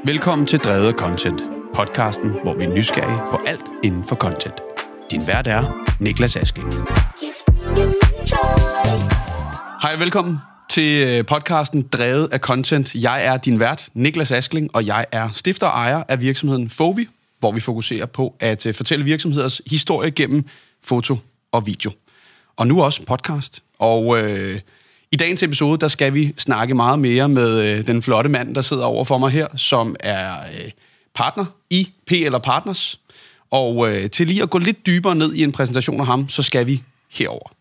Velkommen til Drevet af Content, podcasten, hvor vi er nysgerrige på alt inden for content. Din vært er Niklas Askling. Hej og velkommen til podcasten Drevet af Content. Jeg er din vært, Niklas Askling, og jeg er stifter og ejer af virksomheden Fovi, hvor vi fokuserer på at fortælle virksomheders historie gennem foto og video. Og nu også podcast. Og i dagens episode, der skal vi snakke meget mere med den flotte mand, der sidder over for mig her, som er partner i PL & Partners. Og til lige at gå lidt dybere ned i en præsentation af ham, så skal vi herover.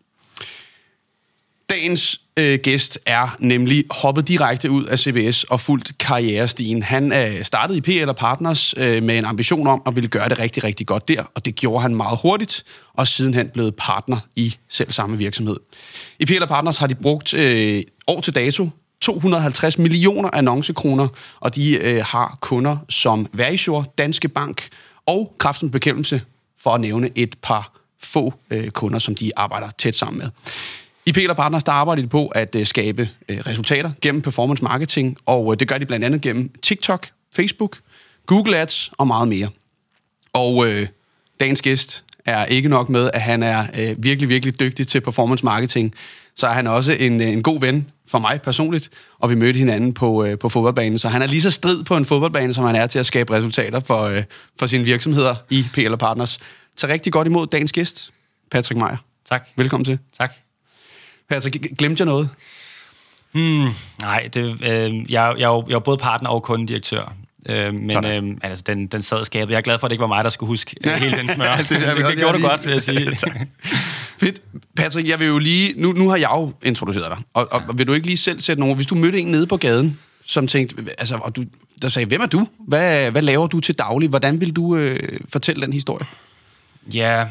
Dagens gæst er nemlig hoppet direkte ud af CBS og fulgt karrierestigen. Han startede i PL & Partners med en ambition om at ville gøre det rigtig, rigtig godt der, og det gjorde han meget hurtigt, og sidenhen blevet partner i selv samme virksomhed. I PL & Partners har de brugt år til dato 250 millioner annoncekroner, og de har kunder som Verisure, Danske Bank og Kræftens Bekæmpelse, for at nævne et par få kunder, som de arbejder tæt sammen med. I PL & Partners, der arbejder de på at skabe resultater gennem performance marketing, og det gør de blandt andet gennem TikTok, Facebook, Google Ads og meget mere. Og dagens gæst er ikke nok med, at han er virkelig, virkelig dygtig til performance marketing, så er han også en god ven for mig personligt, og vi mødte hinanden på fodboldbanen, så han er lige så strid på en fodboldbane, som han er til at skabe resultater for sine virksomheder i PL & Partners. Så rigtig godt imod dagens gæst, Patrick Meyer. Tak. Velkommen til. Tak. Patrick, glemte jeg noget? Nej, jeg er både partner og kundedirektør. Men altså, den sad i skabet. Jeg er glad for, at det ikke var mig, der skulle huske hele den smør. det gjorde du godt, vil jeg sige. Fedt. Patrick, jeg vil jo lige... Nu har jeg jo introduceret dig. Og vil du ikke lige selv sætte nogen... Hvis du mødte en nede på gaden, som tænkte... Altså, og der sagde, hvem er du? Hvad laver du til daglig? Hvordan vil du fortælle den historie? Ja...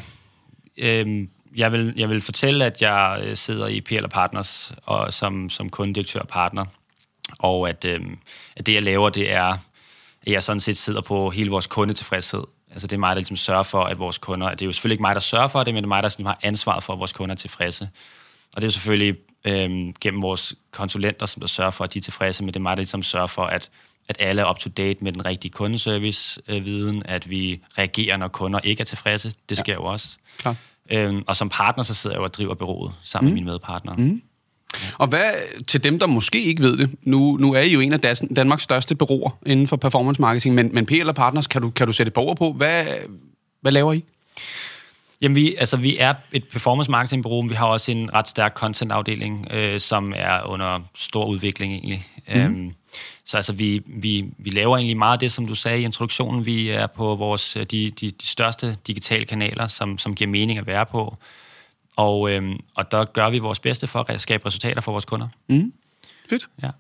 Jeg vil fortælle, at jeg sidder i PL & Partners og som kundedirektør og partner, og at det, jeg laver, det er, at jeg sådan set sidder på hele vores kundetilfredshed. Altså det er mig, der ligesom sørger for, at vores kunder... Det er jo selvfølgelig ikke mig, der sørger for det, men det er mig, der sådan har ansvaret for, at vores kunder er tilfredse. Og det er jo selvfølgelig gennem vores konsulenter, som der sørger for, at de er tilfredse, men det er mig, der ligesom sørger for, at alle er up-to-date med den rigtige kundeservice-viden, at vi reagerer, når kunder ikke er tilfredse. Det sker jo også. Klart. Og som partner, så sidder jeg jo og driver bureauet sammen med mine medpartnere. Mm. Og hvad, til dem, der måske ikke ved det, nu er I jo en af Danmarks største bureauer inden for performance marketing, men PL & Partners, kan du sætte et ord på? Hvad laver I? Jamen, vi er et performance marketing bureau, men vi har også en ret stærk content-afdeling, som er under stor udvikling egentlig. Så altså, vi laver egentlig meget af det, som du sagde i introduktionen. Vi er på vores de største digitale kanaler, som giver mening at være på. Og der gør vi vores bedste for at skabe resultater for vores kunder. Fedt. Ja.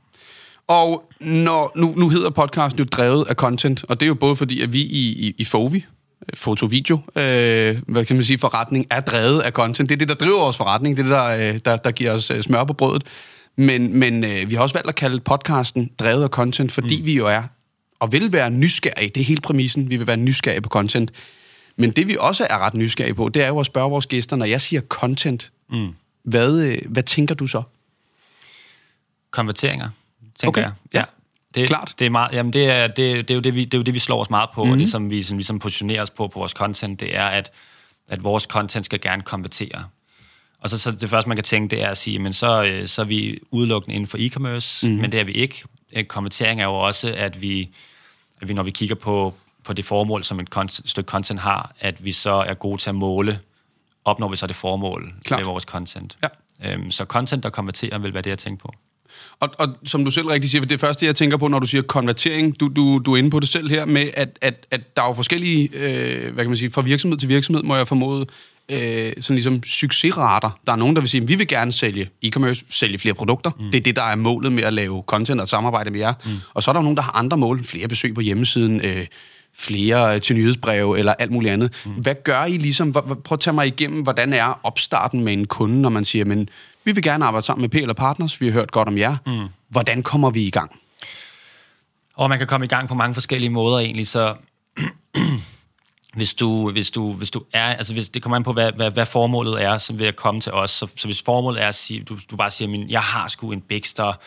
Og nu hedder podcasten jo Drevet af Content, og det er jo både fordi, at vi i Fovi, foto-video, hvad kan man sige, forretning, er drevet af content. Det er det, der driver vores forretning. Det er det, der giver os smør på brødet. Men vi har også valgt at kalde podcasten Drevet af Content, fordi vi jo er og vil være nysgerrige. Det er hele præmissen. Vi vil være nysgerrige på content. Men det vi også er ret nysgerrige på, det er jo at spørge vores gæster, når jeg siger content, hvad tænker du så? Konverteringer, tænker jeg. Ja. Klart. Det er meget, jamen det er jo det vi slår os meget på, og det som vi ligesom positionerer os på vores content, det er at vores content skal gerne konvertere. Og så det første man kan tænke, det er at sige, men så er vi udelukkende inden for e-commerce, men det er vi ikke. Konvertering er jo også at vi når vi kigger på det formål, som et stykke content har, at vi så er gode til at måle, opnår vi så det formål med vores content. Ja. Så content, der konverterer, vil være det, jeg tænker på. Og som du selv rigtig siger, det første, jeg tænker på, når du siger konvertering, du er inde på det selv her, med at der er jo forskellige, hvad kan man sige, fra virksomhed til virksomhed, må jeg formode, sådan ligesom succesrater. Der er nogen, der vil sige, at vi vil gerne sælge e-commerce, sælge flere produkter. Det er det, der er målet med at lave content og samarbejde med jer. Og så er der nogen, der har andre mål, flere besøg på hjemmesiden, flere til nyhedsbreve eller alt muligt andet. Hvad gør I ligesom? Prøv at tage mig igennem, hvordan er opstarten med en kunde, når man siger, men vi vil gerne arbejde sammen med PL & Partners, vi har hørt godt om jer. Hvordan kommer vi i gang? Og man kan komme i gang på mange forskellige måder egentlig, så hvis du er, altså hvis det kommer an på, hvad formålet er, så vil jeg komme til os. Så hvis formålet er at sige, du bare siger, men jeg har sgu en Bixter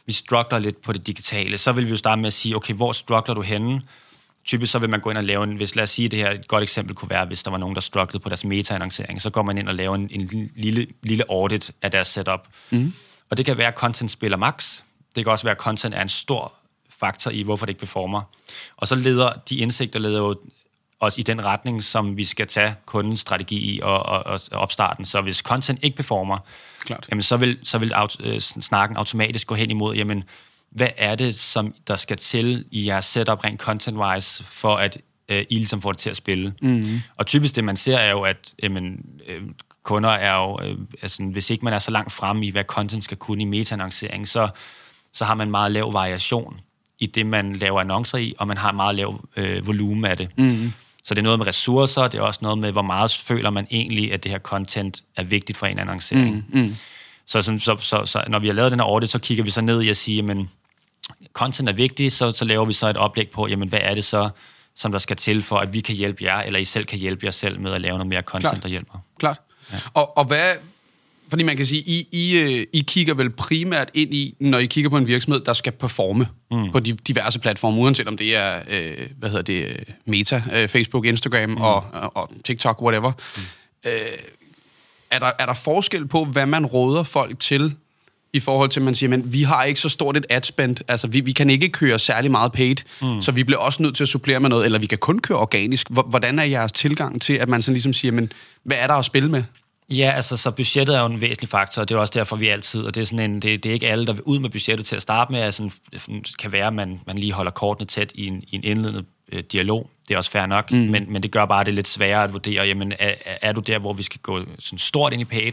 vi struggler lidt på det digitale, så vil vi jo starte med at sige, okay, hvor struggler du henne? Typisk så vil man gå ind og lave lad os sige, det her et godt eksempel kunne være, hvis der var nogen, der strugglede på deres meta-annoncering, så går man ind og laver en lille audit af deres setup. Og det kan være, at content spiller max. Det kan også være, at content er en stor faktor i, hvorfor det ikke performer. Og så leder de indsigter jo os i den retning, som vi skal tage kundens strategi i og opstarten. Så hvis content ikke performer, jamen, så vil snakken automatisk gå hen imod, jamen, hvad er det, som der skal til i jeres setup rent content-wise, for at I ligesom får det til at spille? Og typisk det, man ser, er jo, at kunder er jo, hvis ikke man er så langt fremme i, hvad content skal kunne i meta-annoncering, så har man meget lav variation i det, man laver annoncer i, og man har meget lav volumen af det. Så det er noget med ressourcer, det er også noget med, hvor meget føler man egentlig, at det her content er vigtigt for en annoncering. Så når vi har lavet den her audit, så kigger vi så ned i at sige, jamen, content er vigtigt, så laver vi så et oplæg på, jamen, hvad er det så, som der skal til for, at vi kan hjælpe jer, eller I selv kan hjælpe jer selv med at lave noget mere content, der hjælper. Klart. Ja. Og hvad... Fordi man kan sige, I kigger vel primært ind i, når I kigger på en virksomhed, der skal performe på de diverse platforme, uanset om det er, Meta, Facebook, Instagram og TikTok, whatever. Er der forskel på, hvad man råder folk til, i forhold til, at man siger, men vi har ikke så stort et ad spend, altså vi kan ikke køre særlig meget paid, så vi bliver også nødt til at supplere med noget, eller vi kan kun køre organisk. Hvordan er jeres tilgang til, at man sådan ligesom siger, men hvad er der at spille med? Ja, altså så budgettet er jo en væsentlig faktor, og det er også derfor, vi altid, og det er sådan det er ikke alle, der vil ud med budgettet til at starte med, altså kan være, at man lige holder kortene tæt i en indledende dialog. Det er også fair nok, men det gør bare det lidt sværere at vurdere, jamen er du der, hvor vi skal gå sådan stort ind i paid?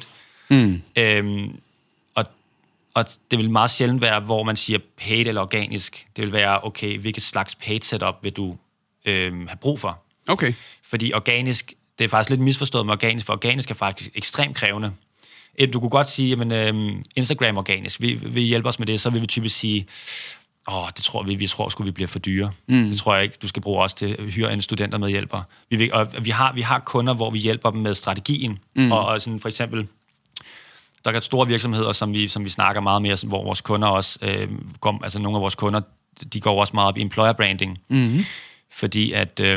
Og det vil meget sjældent være, hvor man siger paid eller organisk. Det vil være, okay, hvilket slags paid setup vil du have brug for? Okay. Fordi organisk, det er faktisk lidt misforstået med organisk, for organisk er faktisk ekstremt krævende. Du kunne godt sige, jamen Instagram organisk, vil hjælpe os med det, så vil vi typisk sige, det tror vi tror vi bliver for dyre. Det tror jeg ikke, du skal bruge os til at hyre en studentermedhjælper. Vi har kunder, hvor vi hjælper dem med strategien, og sådan for eksempel, der er store virksomheder, som vi snakker meget mere, hvor vores kunder også, altså nogle af vores kunder, de går også meget op i employer branding, fordi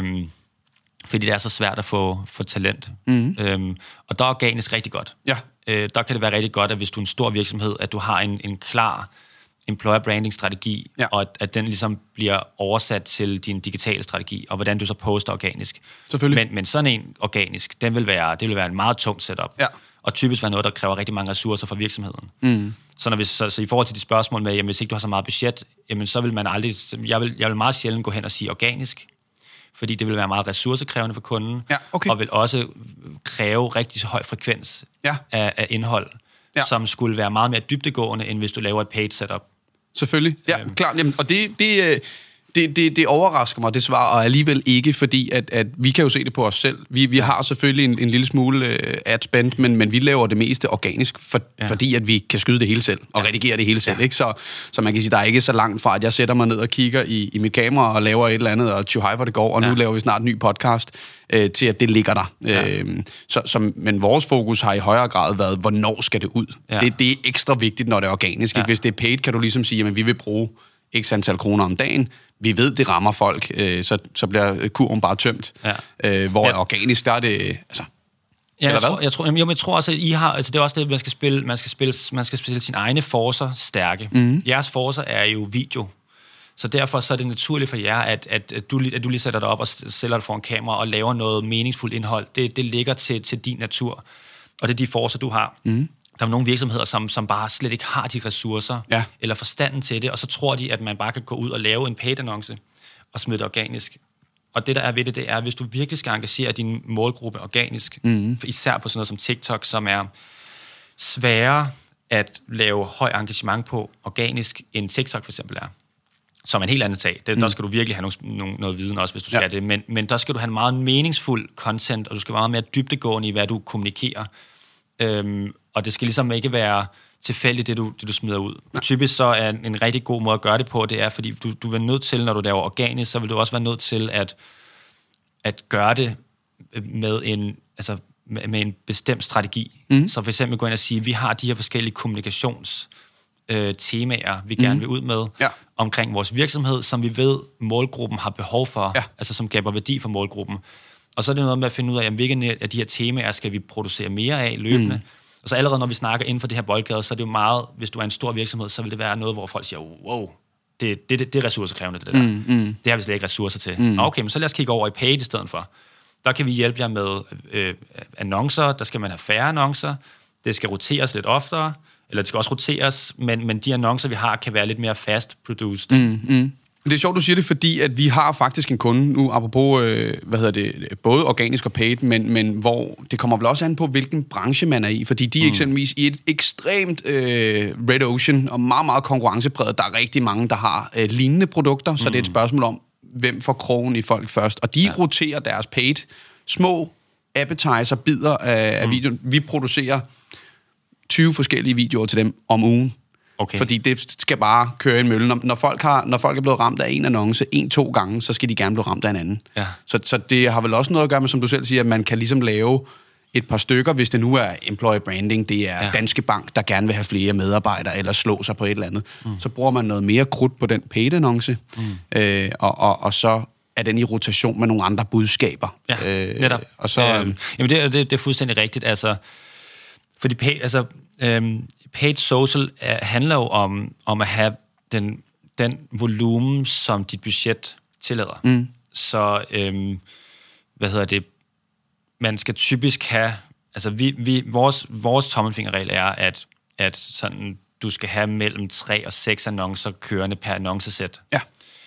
det er så svært at få talent. Og der er organisk rigtig godt. Ja. Der kan det være rigtig godt, at hvis du er en stor virksomhed, at du har en klar employer branding strategi, og at den ligesom bliver oversat til din digitale strategi, og hvordan du så poster organisk. Selvfølgelig. Men sådan en organisk, det vil være en meget tung setup. Ja. Og typisk være noget, der kræver rigtig mange ressourcer fra virksomheden. Så i forhold til de spørgsmål med, jamen, hvis ikke du har så meget budget, jamen, så vil man aldrig... Jeg vil meget sjældent gå hen og sige organisk, fordi det vil være meget ressourcekrævende for kunden, og vil også kræve rigtig høj frekvens af indhold, som skulle være meget mere dybdegående, end hvis du laver et paid setup. Selvfølgelig. Ja, klart. Jamen, og det overrasker mig, det svar, og alligevel ikke, fordi at vi kan jo se det på os selv. Vi har selvfølgelig en lille smule ad spend, men vi laver det meste organisk, fordi at vi kan skyde det hele selv, og redigere det hele selv. Ikke? Så man kan sige, der er ikke så langt fra, at jeg sætter mig ned og kigger i mit kamera og laver et eller andet, og tjuhej, hvor det går, og nu laver vi snart en ny podcast, til at det ligger der. Men vores fokus har i højere grad været, hvornår skal det ud? Det er ekstra vigtigt, når det er organisk. Hvis det er paid, kan du ligesom sige, at vi vil bruge x antal kroner om dagen. Vi ved, det rammer folk, så bliver kurven bare tømt. Hvor organisk, der er det... Altså, jeg tror også, at I har... Altså, det er også det, man skal spille sine egne forcer stærke. Jeres forcer er jo video. Så derfor så er det naturligt for jer, at du lige sætter dig op og sælger dig for en kamera og laver noget meningsfuldt indhold. Det ligger til din natur. Og det er de forcer, du har. Der er nogle virksomheder, som bare slet ikke har de ressourcer eller forstanden til det, og så tror de, at man bare kan gå ud og lave en paid-annonce og smide det organisk. Og det, der er ved det, er, at hvis du virkelig skal engagere din målgruppe organisk, især på sådan noget som TikTok, som er sværere at lave høj engagement på organisk, end TikTok for eksempel er, som en helt anden tag. Der skal du virkelig have noget viden også, hvis du skal det. Men der skal du have en meget meningsfuld content, og du skal være meget mere dybdegående i, hvad du kommunikerer. Og det skal ligesom ikke være tilfældigt, det du smider ud. Ja. Typisk så er en rigtig god måde at gøre det på, det er, fordi du vil nødt til, når du laver organisk, så vil du også være nødt til at gøre det med en bestemt strategi. Så for eksempel gå ind og sige, vi har de her forskellige temaer, vi gerne vil ud med omkring vores virksomhed, som vi ved, målgruppen har behov for, altså som skaber værdi for målgruppen. Og så er det noget med at finde ud af, hvilke af de her temaer skal vi producere mere af løbende. Og så allerede, når vi snakker inden for det her boldgade, så er det jo meget, hvis du er en stor virksomhed, så vil det være noget, hvor folk siger, wow, det er ressourcekrævende, det der. Det har vi slet ikke ressourcer til. Okay, men så lad os kigge over i paid i stedet for. Der kan vi hjælpe jer med annoncer, der skal man have færre annoncer, det skal roteres lidt oftere, eller det skal også roteres, men de annoncer, vi har, kan være lidt mere fast-produced. Det er sjovt, du siger det, fordi at vi har faktisk en kunde nu, apropos, både organisk og paid, men hvor det kommer vel også an på, hvilken branche man er i, fordi de er eksempelvis i et ekstremt red ocean og meget, meget konkurrencepræget. Der er rigtig mange, der har lignende produkter, så det er et spørgsmål om, hvem får krogen i folk først. Og de roterer deres paid, små appetizer-bidder af videoen. Vi producerer 20 forskellige videoer til dem om ugen. Okay. Fordi det skal bare køre i møllen. Når folk er blevet ramt af en annonce 1-2 gange, så skal de gerne blive ramt af en anden. Ja. Så det har vel også noget at gøre med, som du selv siger, at man kan ligesom lave et par stykker, hvis det nu er employer branding, det er Danske Bank, der gerne vil have flere medarbejdere, eller slå sig på et eller andet. Så bruger man noget mere krudt på den paid-annonce, og så er den i rotation med nogle andre budskaber. Ja, netop. Og så, jamen det er fuldstændig rigtigt. Altså, fordi paid social handler jo om at have den volumen, som dit budget tillader. Så, man skal typisk have, altså vores tommelfingerregel er, at sådan, du skal have mellem 3 og 6 annoncer kørende per annoncesæt. Ja.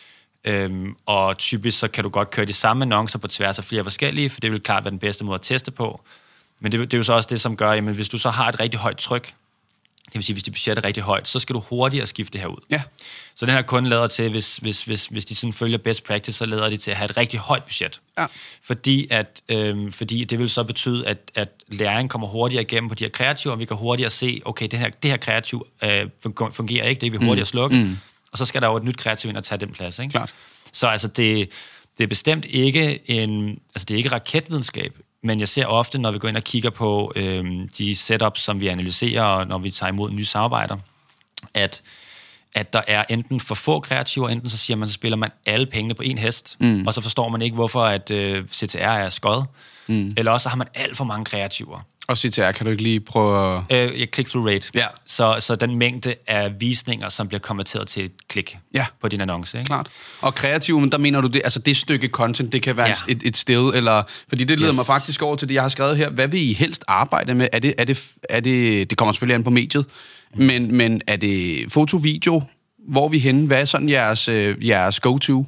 Og typisk så kan du godt køre de samme annoncer på tværs af flere forskellige, for det vil klart være den bedste måde at teste på. Men det er jo så også det, som gør, jamen hvis du så har et rigtig højt tryk, det vil sige, hvis dit budget er rigtig højt, så skal du hurtigere skifte det her ud. Ja. Så den her kunde lader til, hvis de sådan følger best practice, så lader de til at have et rigtig højt budget. Ja. Fordi det vil så betyde, at læring kommer hurtigere igennem på de her kreativer, og vi kan hurtigere se, okay, det her kreativ fungerer ikke, det er vi hurtigere slukke, og så skal der jo et nyt kreativ ind og tage den plads. Ikke? Klart. Så altså, det er bestemt ikke det er ikke raketvidenskab, men jeg ser ofte, når vi går ind og kigger på de setups, som vi analyserer, og når vi tager imod nye samarbejder, at der er enten for få kreativer, enten så siger man, så spiller man alle pengene på en hest, og så forstår man ikke, hvorfor at CTR er skød, eller også så har man alt for mange kreativer. Og CTR, kan du ikke lige prøve at... click-through rate. Ja. Så den mængde af visninger, som bliver konverteret til et klik på din annonce. Ikke? Klart. Og kreativ, men der mener du det, altså det stykke content, det kan være et still, eller... Fordi det leder mig faktisk over til det, jeg har skrevet her. Hvad vil I helst arbejde med? Er det kommer selvfølgelig an på mediet, men er det foto, video? Hvor er vi henne? Hvad er sådan jeres go-to?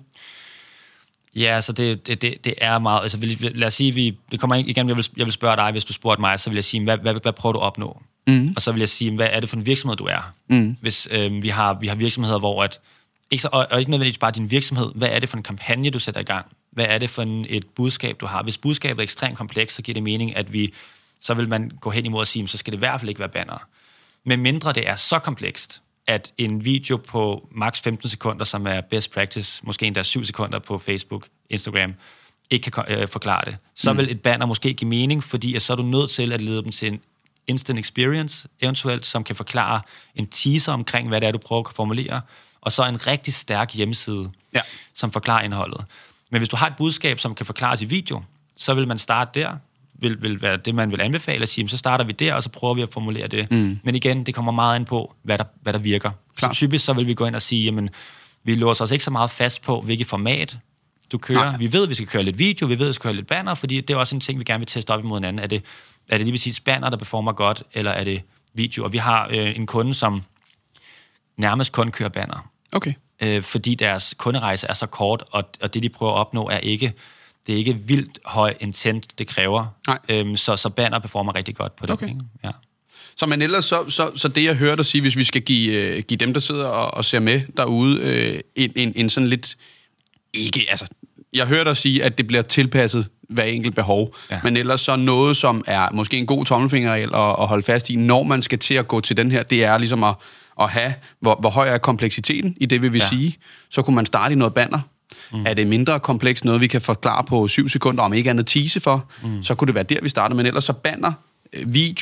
Ja, så det er meget... Altså, lad os sige, det kommer igen, jeg vil spørge dig, hvis du spurgte mig, så vil jeg sige, hvad prøver du at opnå? Og så vil jeg sige, hvad er det for en virksomhed, du er? Hvis vi har virksomheder, hvor at... Og ikke nødvendigvis bare din virksomhed, hvad er det for en kampagne, du sætter i gang? Hvad er det for et budskab, du har? Hvis budskabet er ekstremt komplekst, så giver det mening, at så vil man gå hen imod at sige, så skal det i hvert fald ikke være banner. Men mindre det er så komplekst, at en video på maks 15 sekunder, som er best practice, måske endda 7 sekunder på Facebook, Instagram, ikke kan forklare det. Så vil et banner måske give mening, fordi så er du nødt til at lede dem til en instant experience, eventuelt, som kan forklare en teaser omkring, hvad det er, du prøver at formulere, og så en rigtig stærk hjemmeside, som forklarer indholdet. Men hvis du har et budskab, som kan forklares i video, så vil man starte der, vil være det, man vil anbefale at sige, så starter vi der, og så prøver vi at formulere det. Men igen, det kommer meget an på, hvad der virker. Klar. Så typisk så vil vi gå ind og sige, jamen, vi låser os ikke så meget fast på, hvilket format du kører. Nej. Vi ved, at vi skal køre lidt video, vi ved, at vi skal køre lidt banner, fordi det er også en ting, vi gerne vil teste op imod hinanden. Er det lige præcis banner, der performer godt, eller er det video? Og vi har en kunde, som nærmest kun kører banner. Okay. Fordi deres kunderejse er så kort, og det, de prøver at opnå, er ikke vildt høj intent, det kræver. Så banner performer rigtig godt på det. Okay. Ja. Så men ellers så det, jeg hørte dig sige, hvis vi skal give dem, der sidder og ser med derude, en sådan lidt... Ikke, altså... Jeg hørte dig sige, at det bliver tilpasset hver enkelt behov, men ellers så noget, som er måske en god tommelfingerregel at holde fast i, når man skal til at gå til den her, det er ligesom at have, hvor høj er kompleksiteten i det, vil vi sige. Så kunne man starte i noget banner. Er det mindre komplekst, noget vi kan forklare på 7 sekunder, om ikke andet tease for, så kunne det være der, vi starter. Men ellers så banner, video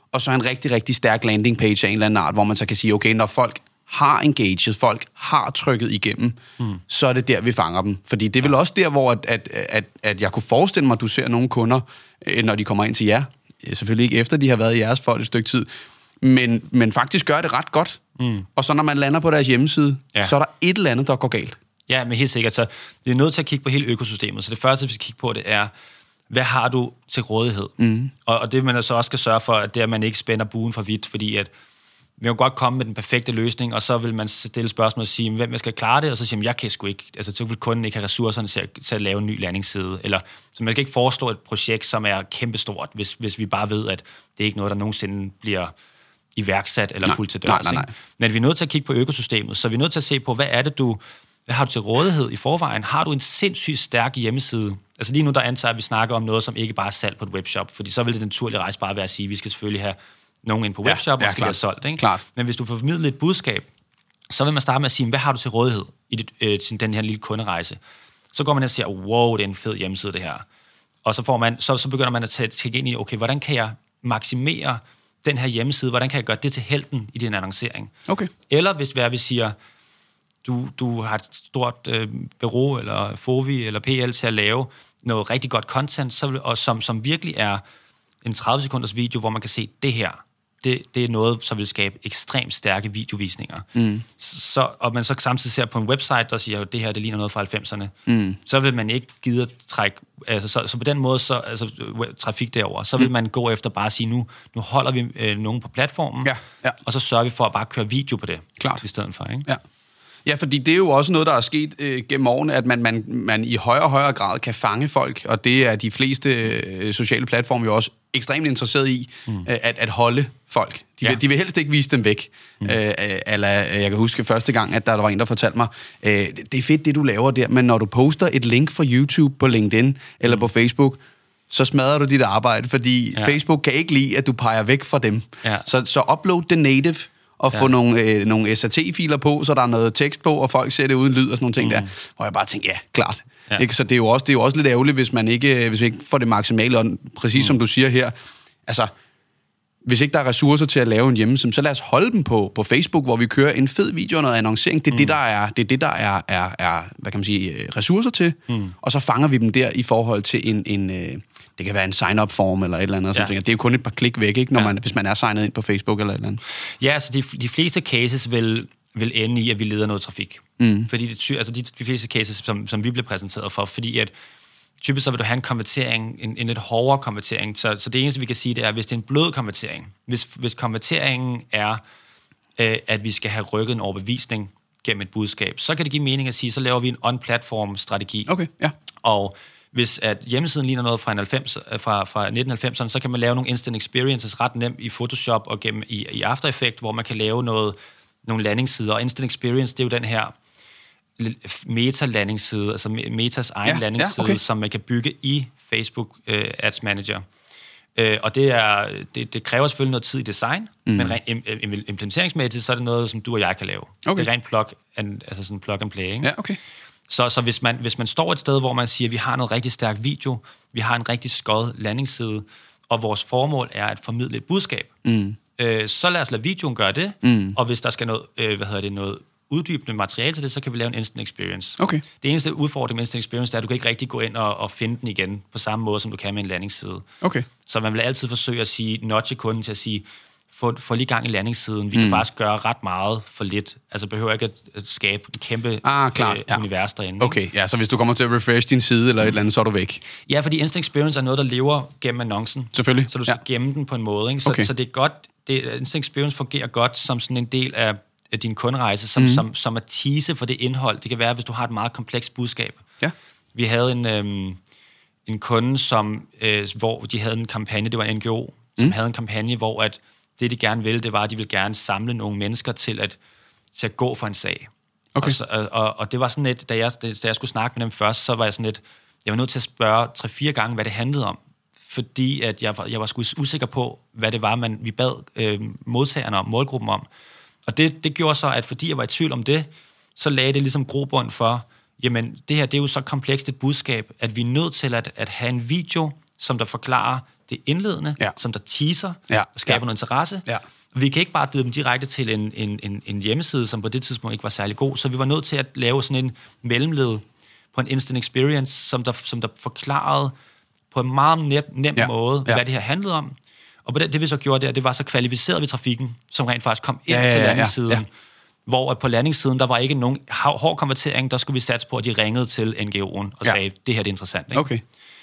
og så en rigtig, rigtig stærk landing page af en eller anden art, hvor man så kan sige, okay, når folk har engaged, folk har trykket igennem, så er det der, vi fanger dem. Fordi det er vel også der, hvor at jeg kunne forestille mig, at du ser nogle kunder, når de kommer ind til jer, selvfølgelig ikke efter, de har været i jeres folk et stykke tid, men faktisk gør det ret godt. Og så når man lander på deres hjemmeside, så er der et eller andet, der går galt. Ja, men helt sikkert. Så det er nødt til at kigge på hele økosystemet. Så det første, vi skal kigge på, det er, hvad har du til rådighed? Og det, man så også skal sørge for, at det er, at man ikke spænder buen for vidt, fordi at vi kan godt komme med den perfekte løsning, og så vil man stille spørgsmål og sige, hvem skal klare det? Og så siger man, jeg kan sgu ikke. Altså, så vil kunden ikke have ressourcerne til at lave en ny landingsside. Eller, så man skal ikke forestå et projekt, som er kæmpestort, hvis vi bare ved, at det er ikke noget, der nogensinde bliver iværksat eller fuldt til dørs. Nej. Men vi er nødt til at kigge på økosystemet, så vi er nødt til at se på, hvad har du til rådighed i forvejen? Har du en sindssygt stærk hjemmeside? Altså lige nu, der antager, at vi snakker om noget, som ikke bare er salg på et webshop, fordi så vil det naturlige rejse bare være at sige, at vi skal selvfølgelig have nogen ind på webshop, og skal have solgt. Ikke? Klart. Men hvis du får formidlet et budskab, så vil man starte med at sige, hvad har du til rådighed i den her lille kunderejse? Så går man og siger, wow, det er en fed hjemmeside, det her. Og så begynder man at tage ind i, okay, hvordan kan jeg maksimere den her hjemmeside? Hvordan kan jeg gøre det til helten i din annoncering? Okay. Eller hvis vi siger, du har et stort bureau, eller Fovi, eller PL til at lave noget rigtig godt content, som virkelig er en 30 sekunders video, hvor man kan se det her. Det er noget, som vil skabe ekstremt stærke videovisninger. Og man så samtidig ser på en website, der siger, at det her det ligner noget fra 90'erne. Så vil man ikke gide at trække... Altså, så på den måde, trafik derover, så vil man gå efter bare at sige, nu holder vi nogen på platformen, og så sørger vi for at bare køre video på det. Klart. I stedet for, ikke? Ja. Ja, fordi det er jo også noget, der er sket gennem årene, at man i højere og højere grad kan fange folk, og det er de fleste sociale platforme jo også ekstremt interesseret i, at holde folk. De vil helst ikke vise dem væk. Jeg kan huske første gang, at der var en, der fortalte mig, det er fedt, det du laver der, men når du poster et link fra YouTube på LinkedIn eller på Facebook, så smadrer du dit arbejde, fordi Facebook kan ikke lide, at du peger væk fra dem. Ja. Så upload det native, og få nogle SRT-filer på, så der er noget tekst på, og folk ser det uden lyd og sådan nogle ting der. Hvor jeg bare tænker, klart. Ja. Ikke? Så det er jo også lidt ærgerligt, hvis vi ikke får det maksimale, og præcis som du siger her, altså, hvis ikke der er ressourcer til at lave en hjemmeside, så lad os holde dem på Facebook, hvor vi kører en fed video og noget annoncering. Det er det, der er hvad kan man sige, ressourcer til, og så fanger vi dem der i forhold til en det kan være en sign-up-form eller et eller andet. Det er jo kun et par klik væk, ikke, hvis man er signet ind på Facebook eller et eller andet. Ja, altså de fleste cases vil ende i, at vi leder noget trafik. Fordi de fleste cases, som vi bliver præsenteret for, fordi at typisk så vil du have en konvertering, en lidt hårdere konvertering. Så det eneste, vi kan sige, det er, hvis det er en blød konvertering. Hvis konverteringen er, at vi skal have rykket en overbevisning gennem et budskab, så kan det give mening at sige, så laver vi en on-platform-strategi. Okay, ja. Og hvis at hjemmesiden ligner noget fra 1990'erne, så kan man lave nogle instant experiences ret nemt i Photoshop og gennem i After Effects, hvor man kan lave nogle landingssider. Og instant experience, det er jo den her meta-landingsside, altså Metas egen landingsside, som man kan bygge i Facebook Ads Manager. Og det kræver selvfølgelig noget tid i design, men rent implementeringsmæssigt, så er det noget, som du og jeg kan lave. Okay. Det er rent plug and play, ikke? Ja, okay. Så hvis man står et sted, hvor man siger, at vi har noget rigtig stærk video, vi har en rigtig skød landingsside, og vores formål er at formidle et budskab, så lad os lade videoen gøre det, og hvis der skal noget uddybende materiale til det, så kan vi lave en instant experience. Okay. Det eneste udfordring med instant experience, det er, at du kan ikke rigtig gå ind og finde den igen, på samme måde, som du kan med en landingsside. Okay. Så man vil altid forsøge at sige, nudge kunden til at sige, få lige gang i landingssiden. Vi kan faktisk gøre ret meget for lidt. Altså behøver ikke at skabe en kæmpe univers derinde. Okay, ja, så hvis du kommer til at refresh din side eller et eller andet, så er du væk. Ja, fordi instant experience er noget, der lever gennem annoncen. Selvfølgelig. Så du skal gemme den på en måde. Ikke? Så det er godt. Instant experience fungerer godt som sådan en del af din kunderejse, som at tease for det indhold. Det kan være, hvis du har et meget komplekst budskab. Ja. Vi havde en kunde, hvor de havde en kampagne, det var en NGO, som havde en kampagne, hvor at det, de gerne ville, det var, at de ville gerne samle nogle mennesker til at gå for en sag. Okay. Og det var sådan lidt, da jeg skulle snakke med dem først, så var jeg sådan lidt, jeg var nødt til at spørge 3-4 gange, hvad det handlede om. Fordi at jeg var sgu usikker på, hvad det var, vi bad modtagerne om, målgruppen om. Og det gjorde så, at fordi jeg var i tvivl om det, så lagde det ligesom grobund for, jamen det her, det er jo så komplekst et budskab, at vi er nødt til at have en video, som der forklarer det indledende, som der teaser, skaber noget interesse. Ja. Vi kan ikke bare drive dem direkte til en hjemmeside, som på det tidspunkt ikke var særlig god, så vi var nødt til at lave sådan en mellemled på en instant experience, som der forklarede på en meget nem måde, hvad det her handlede om. Og på det vi så gjorde det var så kvalificeret ved trafikken, som rent faktisk kom ind til landingssiden, hvor på landingssiden, der var ikke nogen hård konvertering, der skulle vi satse på, at de ringede til NGO'en og sagde, det her er interessant. Ikke? Okay.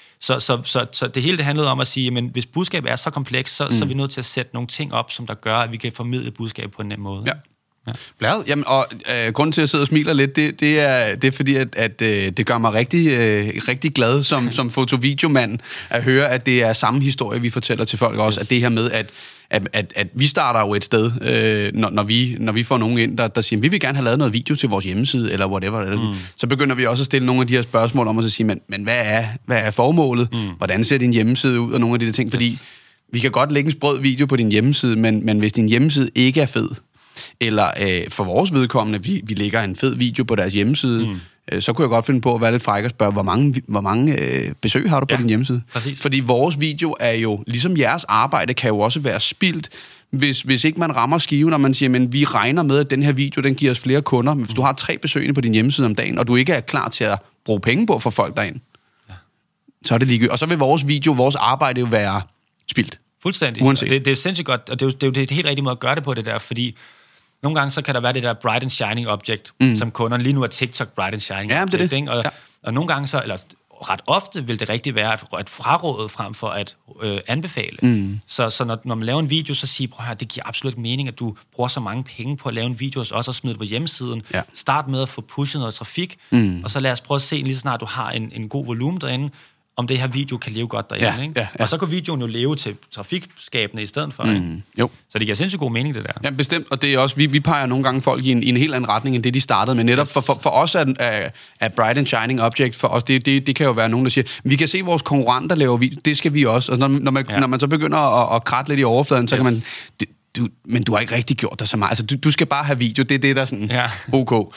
Så det hele det handlede om at sige, men hvis budskabet er så kompleks, så er vi nødt til at sætte nogle ting op, som der gør, at vi kan formidle budskabet på en nem måde. Ja. Bladet. Jamen, og grunden til at jeg sidder og smiler lidt, det er fordi, at det gør mig rigtig glad som fotovideomand at høre, at det er samme historie, vi fortæller til folk også, at det her med, at vi starter jo et sted, når vi får nogen ind, der siger, vi vil gerne have lavet noget video til vores hjemmeside, eller whatever, eller så begynder vi også at stille nogle af de her spørgsmål om at sige, men hvad er formålet? Hvordan ser din hjemmeside ud, og nogle af de der ting? Fordi vi kan godt lægge en sprød video på din hjemmeside, men hvis din hjemmeside ikke er fed, eller for vores vedkommende, vi lægger en fed video på deres hjemmeside, så kunne jeg godt finde på at være lidt fræk og spørge, hvor mange besøg har du på din hjemmeside? Præcis. Fordi vores video er jo, ligesom jeres arbejde, kan jo også være spildt, hvis ikke man rammer skiven, og man siger, men vi regner med, at den her video, den giver os flere kunder. Men hvis du har 3 besøgende på din hjemmeside om dagen, og du ikke er klar til at bruge penge på for folk derind, så er det ligegyldigt. Og så vil vores arbejde jo være spildt. Fuldstændig. Det er sindssygt godt, og det er jo det helt rigtige måde at gøre det på det der, fordi nogle gange så kan der være det der bright and shining object, som kunderne lige nu er TikTok bright and shining object, ikke? Og nogle gange så, eller ret ofte vil det rigtigt være at fraråde frem for at anbefale. Så når man laver en video, så siger prøv her, det giver absolut mening, at du bruger så mange penge på at lave en video hos os og smide det på hjemmesiden. Start med at få pushet noget trafik, og så lad os prøve at se, lige så snart du har en god volumen derinde, om det her video kan leve godt derinde. Ikke? Og så kan videoen jo leve til trafikskabende i stedet for. Jo. Så det giver sindssygt god mening, det der. Ja, bestemt. Og det er også, vi peger nogle gange folk i en helt anden retning, end det de startede med. Netop for os er bright and shining object, for os, det kan jo være nogen, der siger, vi kan se vores konkurrenter laver video, det skal vi også. Og når man så begynder at kratte lidt i overfladen, så kan man... Men du har ikke rigtig gjort det så meget. Altså, du skal bare have video. Det er det, der er sådan ok.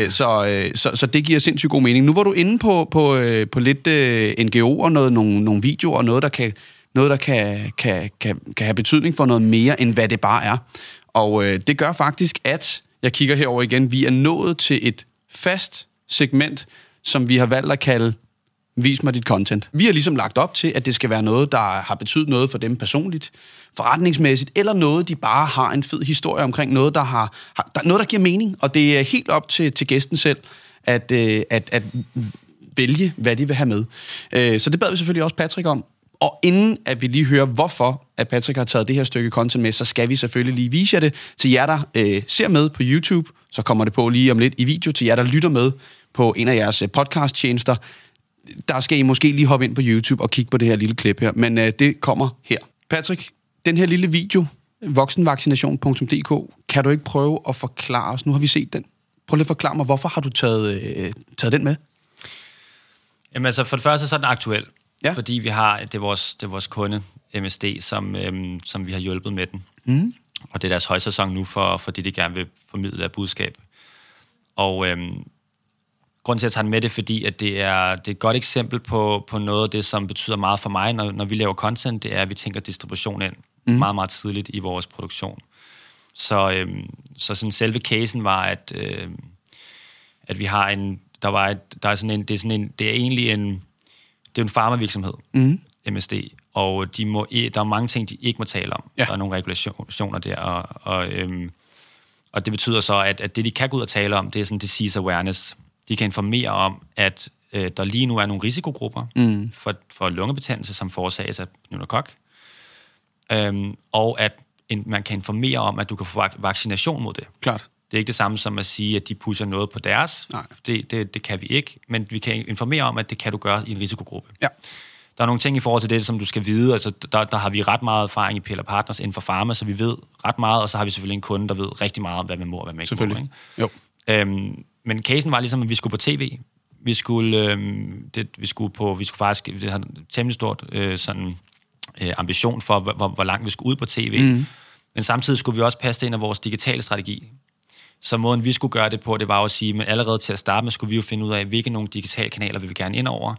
Så det giver sindssygt god mening. Nu var du inde på lidt NGO'er, nogle videoer, og noget, der kan have betydning for noget mere, end hvad det bare er. Og det gør faktisk, at jeg kigger herover igen, vi er nået til et fast segment, som vi har valgt at kalde Vis mig dit content. Vi har ligesom lagt op til, at det skal være noget, der har betydet noget for dem personligt, forretningsmæssigt, eller noget, de bare har en fed historie omkring, noget, der giver mening, og det er helt op til gæsten selv, at vælge, hvad de vil have med. Så det bad vi selvfølgelig også Patrick om, og inden at vi lige hører, hvorfor at Patrick har taget det her stykke content med, så skal vi selvfølgelig lige vise jer det til jer, der ser med på YouTube, så kommer det på lige om lidt i video, til jer, der lytter med på en af jeres podcast-tjenester. Der skal I måske lige hoppe ind på YouTube og kigge på det her lille klip her, men det kommer her. Patrick, den her lille video, voksenvaccination.dk, kan du ikke prøve at forklare os? Nu har vi set den. Prøv lige at forklare mig, hvorfor har du taget den med? Jamen altså, for det første så er den aktuel, fordi vi har, det er vores kunde, MSD, som vi har hjulpet med den. Og det er deres højsæson nu, for det, de gerne vil formidle af budskab. Og grunden til at tage den med det, fordi at det er et godt eksempel på noget af det, som betyder meget for mig, når vi laver content, det er, at vi tænker distribution ind meget, meget tidligt i vores produktion. Så sådan selve casen var, at vi har det er en farmavirksomhed, MSD, og der er mange ting, de ikke må tale om. Der er nogle regulationer der, og det betyder så, at det, de kan gå ud og tale om, det er sådan disease awareness. De kan informere om, at der lige nu er nogle risikogrupper for lungebetændelse, som forårsages af pneumokok, og at man kan informere om, at du kan få vaccination mod det. Klart. Det er ikke det samme som at sige, at de pusher noget på deres. Nej. Det kan vi ikke, men vi kan informere om, at det kan du gøre i en risikogruppe. Ja. Der er nogle ting i forhold til det, som du skal vide. Altså, der har vi ret meget erfaring i PL Partners inden for pharma, så vi ved ret meget, og så har vi selvfølgelig en kunde, der ved rigtig meget om, hvad man må og hvad man ikke må. Ikke? Jo. Men casen var ligesom, at vi skulle på tv. Vi skulle faktisk, det har en temmelig stort ambition for, hvor langt vi skulle ud på tv. Men samtidig skulle vi også passe det ind af vores digitale strategi. Så måden vi skulle gøre det på, det var jo at sige, men allerede til at starte med, skulle vi jo finde ud af, hvilke nogle digitale kanaler vi vil gerne ind over.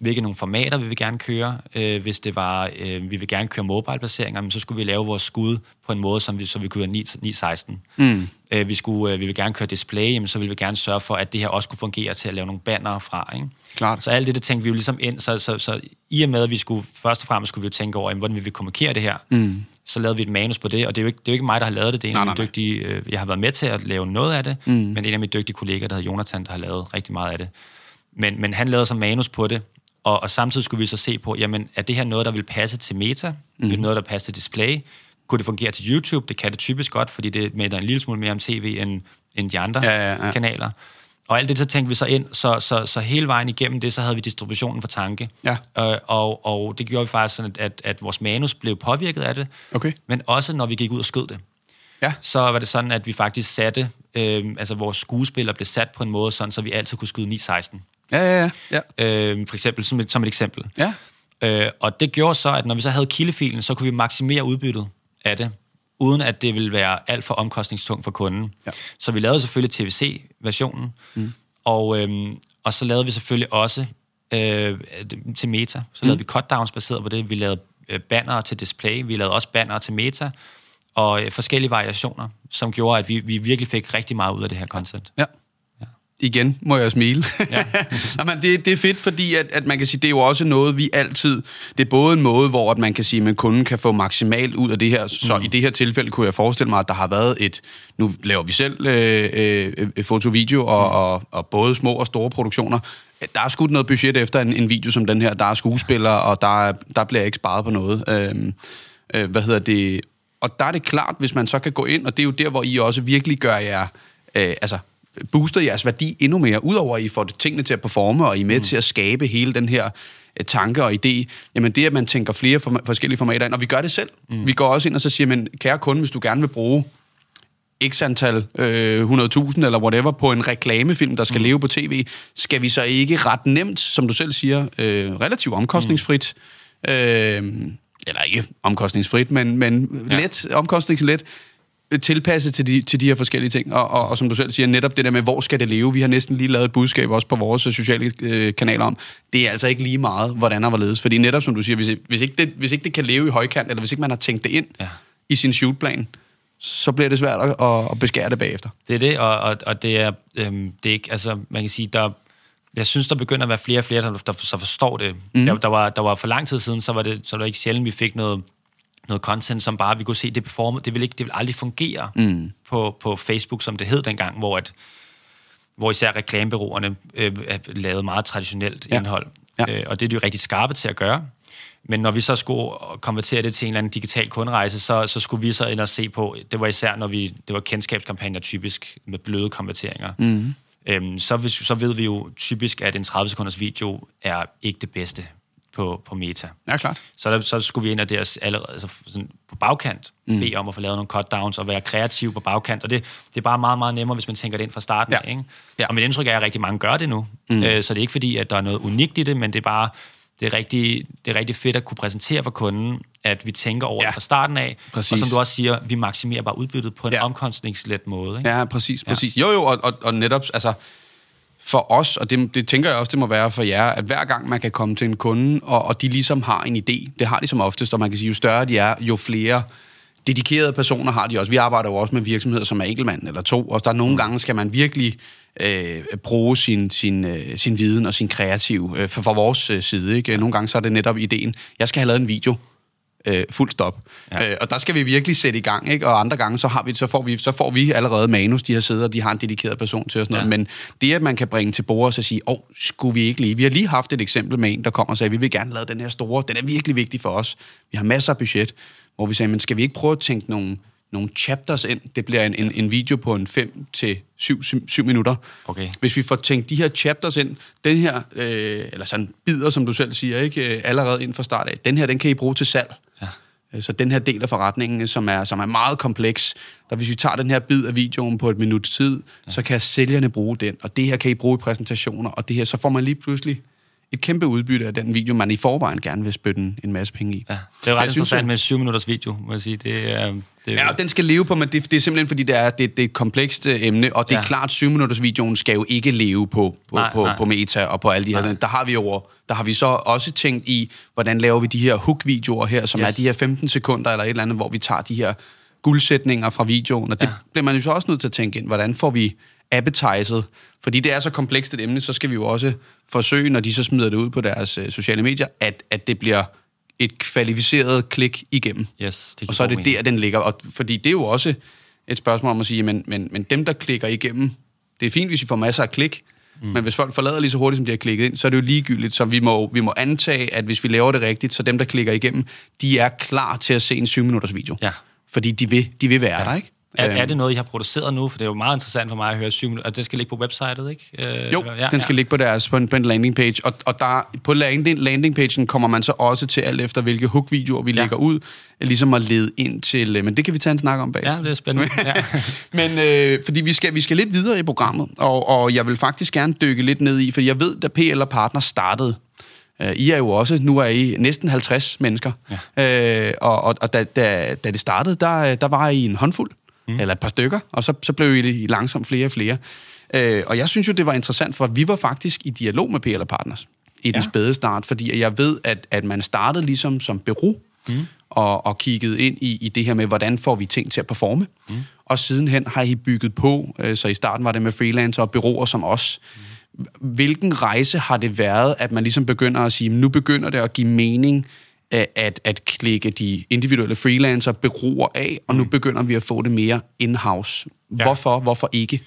hvilke nogle formater vi vil gerne køre. Hvis det var, vi vil gerne køre mobile-placeringer, så skulle vi lave vores skud på en måde, så vi kunne køre 9.16. Vi vil gerne køre display, så vil vi gerne sørge for, at det her også kunne fungere til at lave nogle bannere fra. Ikke? Klart. Så alt det tænkte vi jo ligesom ind, så i og med, at vi skulle, først og fremmest skulle vi jo tænke over, hvordan vi vil kommunikere det her. Så lavede vi et manus på det, og det er jo ikke mig, der har lavet det. Det er en af mine dygtige, jeg har været med til at lave noget af det, men en af mine dygtige kolleger, der hedder Jonathan, der har lavet rigtig meget af det. Men han lavede så manus på det, og samtidig skulle vi så se på, jamen, er det her noget, der vil passe til Meta? Er det noget, der passer til display? Kunne det fungere til YouTube? Det kan det typisk godt, fordi det minder en lille smule mere om tv end de andre kanaler. Og alt det, så tænkte vi så ind, så hele vejen igennem det, så havde vi distributionen for tanke. Ja. Og det gjorde vi faktisk sådan, at vores manus blev påvirket af det, men også når vi gik ud og skød det. Ja. Så var det sådan, at vi faktisk satte, altså vores skuespillere blev sat på en måde, sådan, så vi altid kunne skyde 9.16. Ja. For eksempel, som et eksempel. Ja. Og det gjorde så, at når vi så havde kildefilen, så kunne vi maksimere udbyttet af det, uden at det ville være alt for omkostningstungt for kunden. Ja. Så vi lavede selvfølgelig TVC-versionen, og så lavede vi selvfølgelig også til Meta. Så lavede vi cutdowns baseret på det. Vi lavede bannere til display, vi lavede også bannere til Meta, og forskellige variationer, som gjorde, at vi virkelig fik rigtig meget ud af det her content. Ja. Igen må jeg smile. Ja. Jamen, det er fedt, fordi at man kan sige, det er jo også noget, vi altid... Det er både en måde, hvor at man kan sige, at kunden kan få maksimalt ud af det her. Så i det her tilfælde kunne jeg forestille mig, at der har været et... Nu laver vi selv foto-video, og både små og store produktioner. Der er skudt noget budget efter en video som den her. Der er skuespillere, og der bliver ikke sparet på noget. Og der er det klart, hvis man så kan gå ind, og det er jo der, hvor I også virkelig gør jer... booster jeres værdi endnu mere, udover at I får tingene til at performe, og I er med til at skabe hele den her tanke og idé. Jamen det, at man tænker flere forskellige formater ind, og vi gør det selv. Vi går også ind og så siger, men kære kunde, hvis du gerne vil bruge x antal 100.000 eller whatever på en reklamefilm, der skal leve på tv, skal vi så ikke ret nemt, som du selv siger, relativt omkostningsfrit, eller ikke omkostningsfrit, men omkostningslet, tilpasse til de her forskellige ting, og som du selv siger, netop det der med, hvor skal det leve? Vi har næsten lige lavet et budskab også på vores sociale kanaler om, det er altså ikke lige meget, hvordan og hvorledes, fordi netop som du siger, hvis ikke det kan leve i højkant, eller hvis ikke man har tænkt det ind i sin shootplan, så bliver det svært at beskære det bagefter. Det er det, og det er ikke, altså man kan sige, jeg synes, der begynder at være flere og flere, der så forstår det. Der var for lang tid siden, så var det ikke sjældent, vi fik noget content, som bare vi kunne se, det performede, det vil aldrig fungere på Facebook, som det hed dengang, hvor især reklamebureauerne lavede meget traditionelt indhold. Ja. Og det er de jo rigtig skarpe til at gøre. Men når vi så skulle konvertere det til en eller anden digital kunderejse, så skulle vi så ind og se på, det var især, når det var kendskabskampagner typisk, med bløde konverteringer. Så ved vi jo typisk, at en 30 sekunders video er ikke det bedste på Meta. Ja, klart. Så skulle vi ind og det allerede altså sådan på bagkant bede om at få lavet nogle cutdowns og være kreativ på bagkant, og det er bare meget, meget nemmere, hvis man tænker det ind fra starten af, ikke? Ja. Og mit indtryk er, at rigtig mange gør det nu. Så det er ikke fordi, at der er noget unikt i det, men det er bare, det er rigtig fedt at kunne præsentere for kunden, at vi tænker over det fra starten af, præcis. Og som du også siger, vi maksimerer bare udbyttet på en omkostningslet måde, ikke? Ja, præcis. Jo, og netop, altså for os, og det tænker jeg også, det må være for jer, at hver gang man kan komme til en kunde, og de ligesom har en idé, det har de som oftest, og man kan sige, jo større de er, jo flere dedikerede personer har de også. Vi arbejder jo også med virksomheder, som er enkeltmand eller to, og der er nogle gange, skal man virkelig bruge sin viden og sin kreativ for vores side, ikke? Nogle gange så er det netop ideen, jeg skal have lavet en video, fuld stop. Ja. Og der skal vi virkelig sætte i gang, ikke? Og andre gange, så får vi allerede manus, de her sider, og de har en dedikeret person til og sådan noget. Men det, at man kan bringe til bordet og sige, skulle vi ikke lige? Vi har lige haft et eksempel med en, der kom og sagde, vi vil gerne lave den her store, den er virkelig vigtig for os. Vi har masser af budget, hvor vi sagde, men skal vi ikke prøve at tænke nogle chapters ind? Det bliver en video på en 5 til 7 minutter. Okay. Hvis vi får tænkt de her chapters ind, den her, eller sådan bidder, som du selv siger, ikke, allerede inden fra start af, den her, den kan I bruge til salg. Ja. Så den her del af forretningen, som er meget kompleks, der hvis vi tager den her bid af videoen på et minuts tid, så kan sælgerne bruge den, og det her kan I bruge i præsentationer, og det her, så får man lige pludselig et kæmpe udbytte af den video, man i forvejen gerne vil spytte en masse penge i. Ja, det er ret interessant med 7 minutters video, må jeg sige. Ja, og den skal leve på, men det er simpelthen, fordi det er et komplekst emne, og det er klart, 7 minutters videoen skal jo ikke leve på Meta og på alle de her. Der har vi så også tænkt i, hvordan laver vi de her hook-videoer her, som er de her 15 sekunder eller et eller andet, hvor vi tager de her guldsætninger fra videoen, og det bliver man jo så også nødt til at tænke ind, hvordan får vi appetized, fordi det er så komplekst et emne, så skal vi jo også forsøge, når de så smider det ud på deres sociale medier, at det bliver et kvalificeret klik igennem. Yes, og så er det der, den ligger. Og fordi det er jo også et spørgsmål om at sige, men dem, der klikker igennem, det er fint, hvis vi får masser af klik, men hvis folk forlader lige så hurtigt, som de har klikket ind, så er det jo ligegyldigt. Så vi må antage, at hvis vi laver det rigtigt, så dem, der klikker igennem, de er klar til at se en 7-minutters video. Ja. Fordi de vil være der, ikke? Er det noget, I har produceret nu? For det er jo meget interessant for mig at høre 7 minutter. Og det skal ligge på websitet, ikke? Jo, den skal ligge på en landing page. Og der, på landing pagen kommer man så også til alt efter, hvilke hook-videoer vi lægger ud, ligesom at lede ind til... Men det kan vi tage en snak om bag. Ja, det er spændende. Ja. Men fordi vi skal lidt videre i programmet, og jeg vil faktisk gerne dykke lidt ned i, for jeg ved, da PL og Partner startede, I er jo også, nu er I næsten 50 mennesker, og da det startede, der var I en håndfuld, eller et par stykker, og så blev I langsomt flere og flere. Og jeg synes jo, det var interessant, for vi var faktisk i dialog med PL Partners i den spæde start, fordi jeg ved, at man startede ligesom som bureau, og kiggede ind i det her med, hvordan får vi ting til at performe. Og sidenhen har I bygget på, så i starten var det med freelancer og bureauer som os. Hvilken rejse har det været, at man ligesom begynder at sige, nu begynder det at give mening, at klikke de individuelle freelancer bureauer af, og nu begynder vi at få det mere in-house. Hvorfor ikke?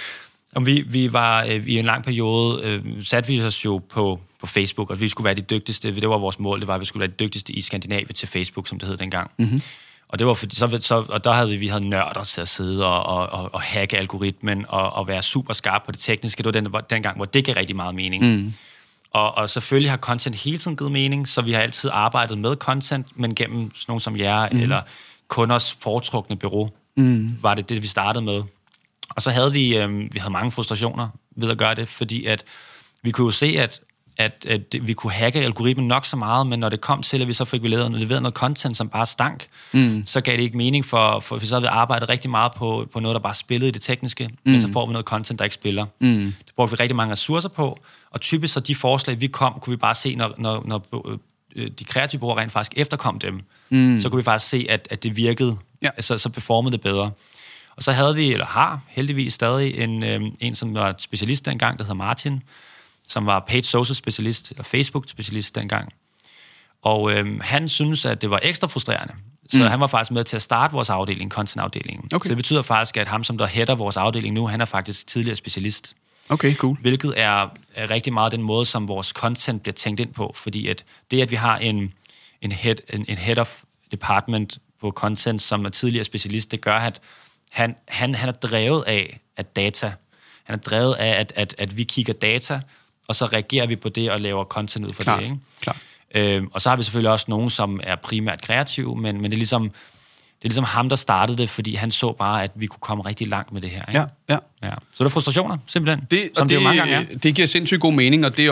Vi var i en lang periode, satte vi os jo på Facebook, og vi skulle være de dygtigste. Det var vores mål, det var, at vi skulle være de dygtigste i Skandinavien til Facebook, som det hed dengang. Og det var fordi, og der havde vi havde nørder til at sidde og hacke algoritmen og være super skarp på det tekniske. Det var dengang, hvor det gav rigtig meget mening. Og selvfølgelig har content hele tiden givet mening, så vi har altid arbejdet med content, men gennem sådan nogen som jer, eller kunders foretrukne bureau, var det, vi startede med. Og så havde vi havde mange frustrationer ved at gøre det, fordi at vi kunne jo se, at vi kunne hacke algoritmen nok så meget, men når det kom til, at vi så fik leveret noget content, som bare stank, så gav det ikke mening, for så havde vi arbejdet rigtig meget på noget, der bare spillede i det tekniske, men så får vi noget content, der ikke spiller. Det brugte vi rigtig mange ressourcer på, og typisk så de forslag, vi kom, kunne vi bare se, når de kreative brugere rent faktisk efterkom dem, så kunne vi faktisk se, at det virkede, så performede det bedre. Og så havde vi, eller har heldigvis stadig en som var specialist dengang, der hedder Martin, som var paid social specialist, eller Facebook specialist dengang. Og han synes, at det var ekstra frustrerende. Så han var faktisk med til at starte vores afdeling, content-afdelingen. Okay. Så det betyder faktisk, at ham, som der header vores afdeling nu, han er faktisk tidligere specialist. Okay, cool. Hvilket er rigtig meget den måde, som vores content bliver tænkt ind på. Fordi at vi har en head of department på content, som er tidligere specialist, det gør, at han er drevet af data. Han er drevet af, at vi kigger data, og så reagerer vi på det og laver content ud for det. Ikke? Klar. Og så har vi selvfølgelig også nogen, som er primært kreative, men det er ligesom ham, der startede det, fordi han så bare, at vi kunne komme rigtig langt med det her. Ikke? Ja. Så der er frustrationer, simpelthen. Det mange gange er. Det giver sindssygt god mening, og det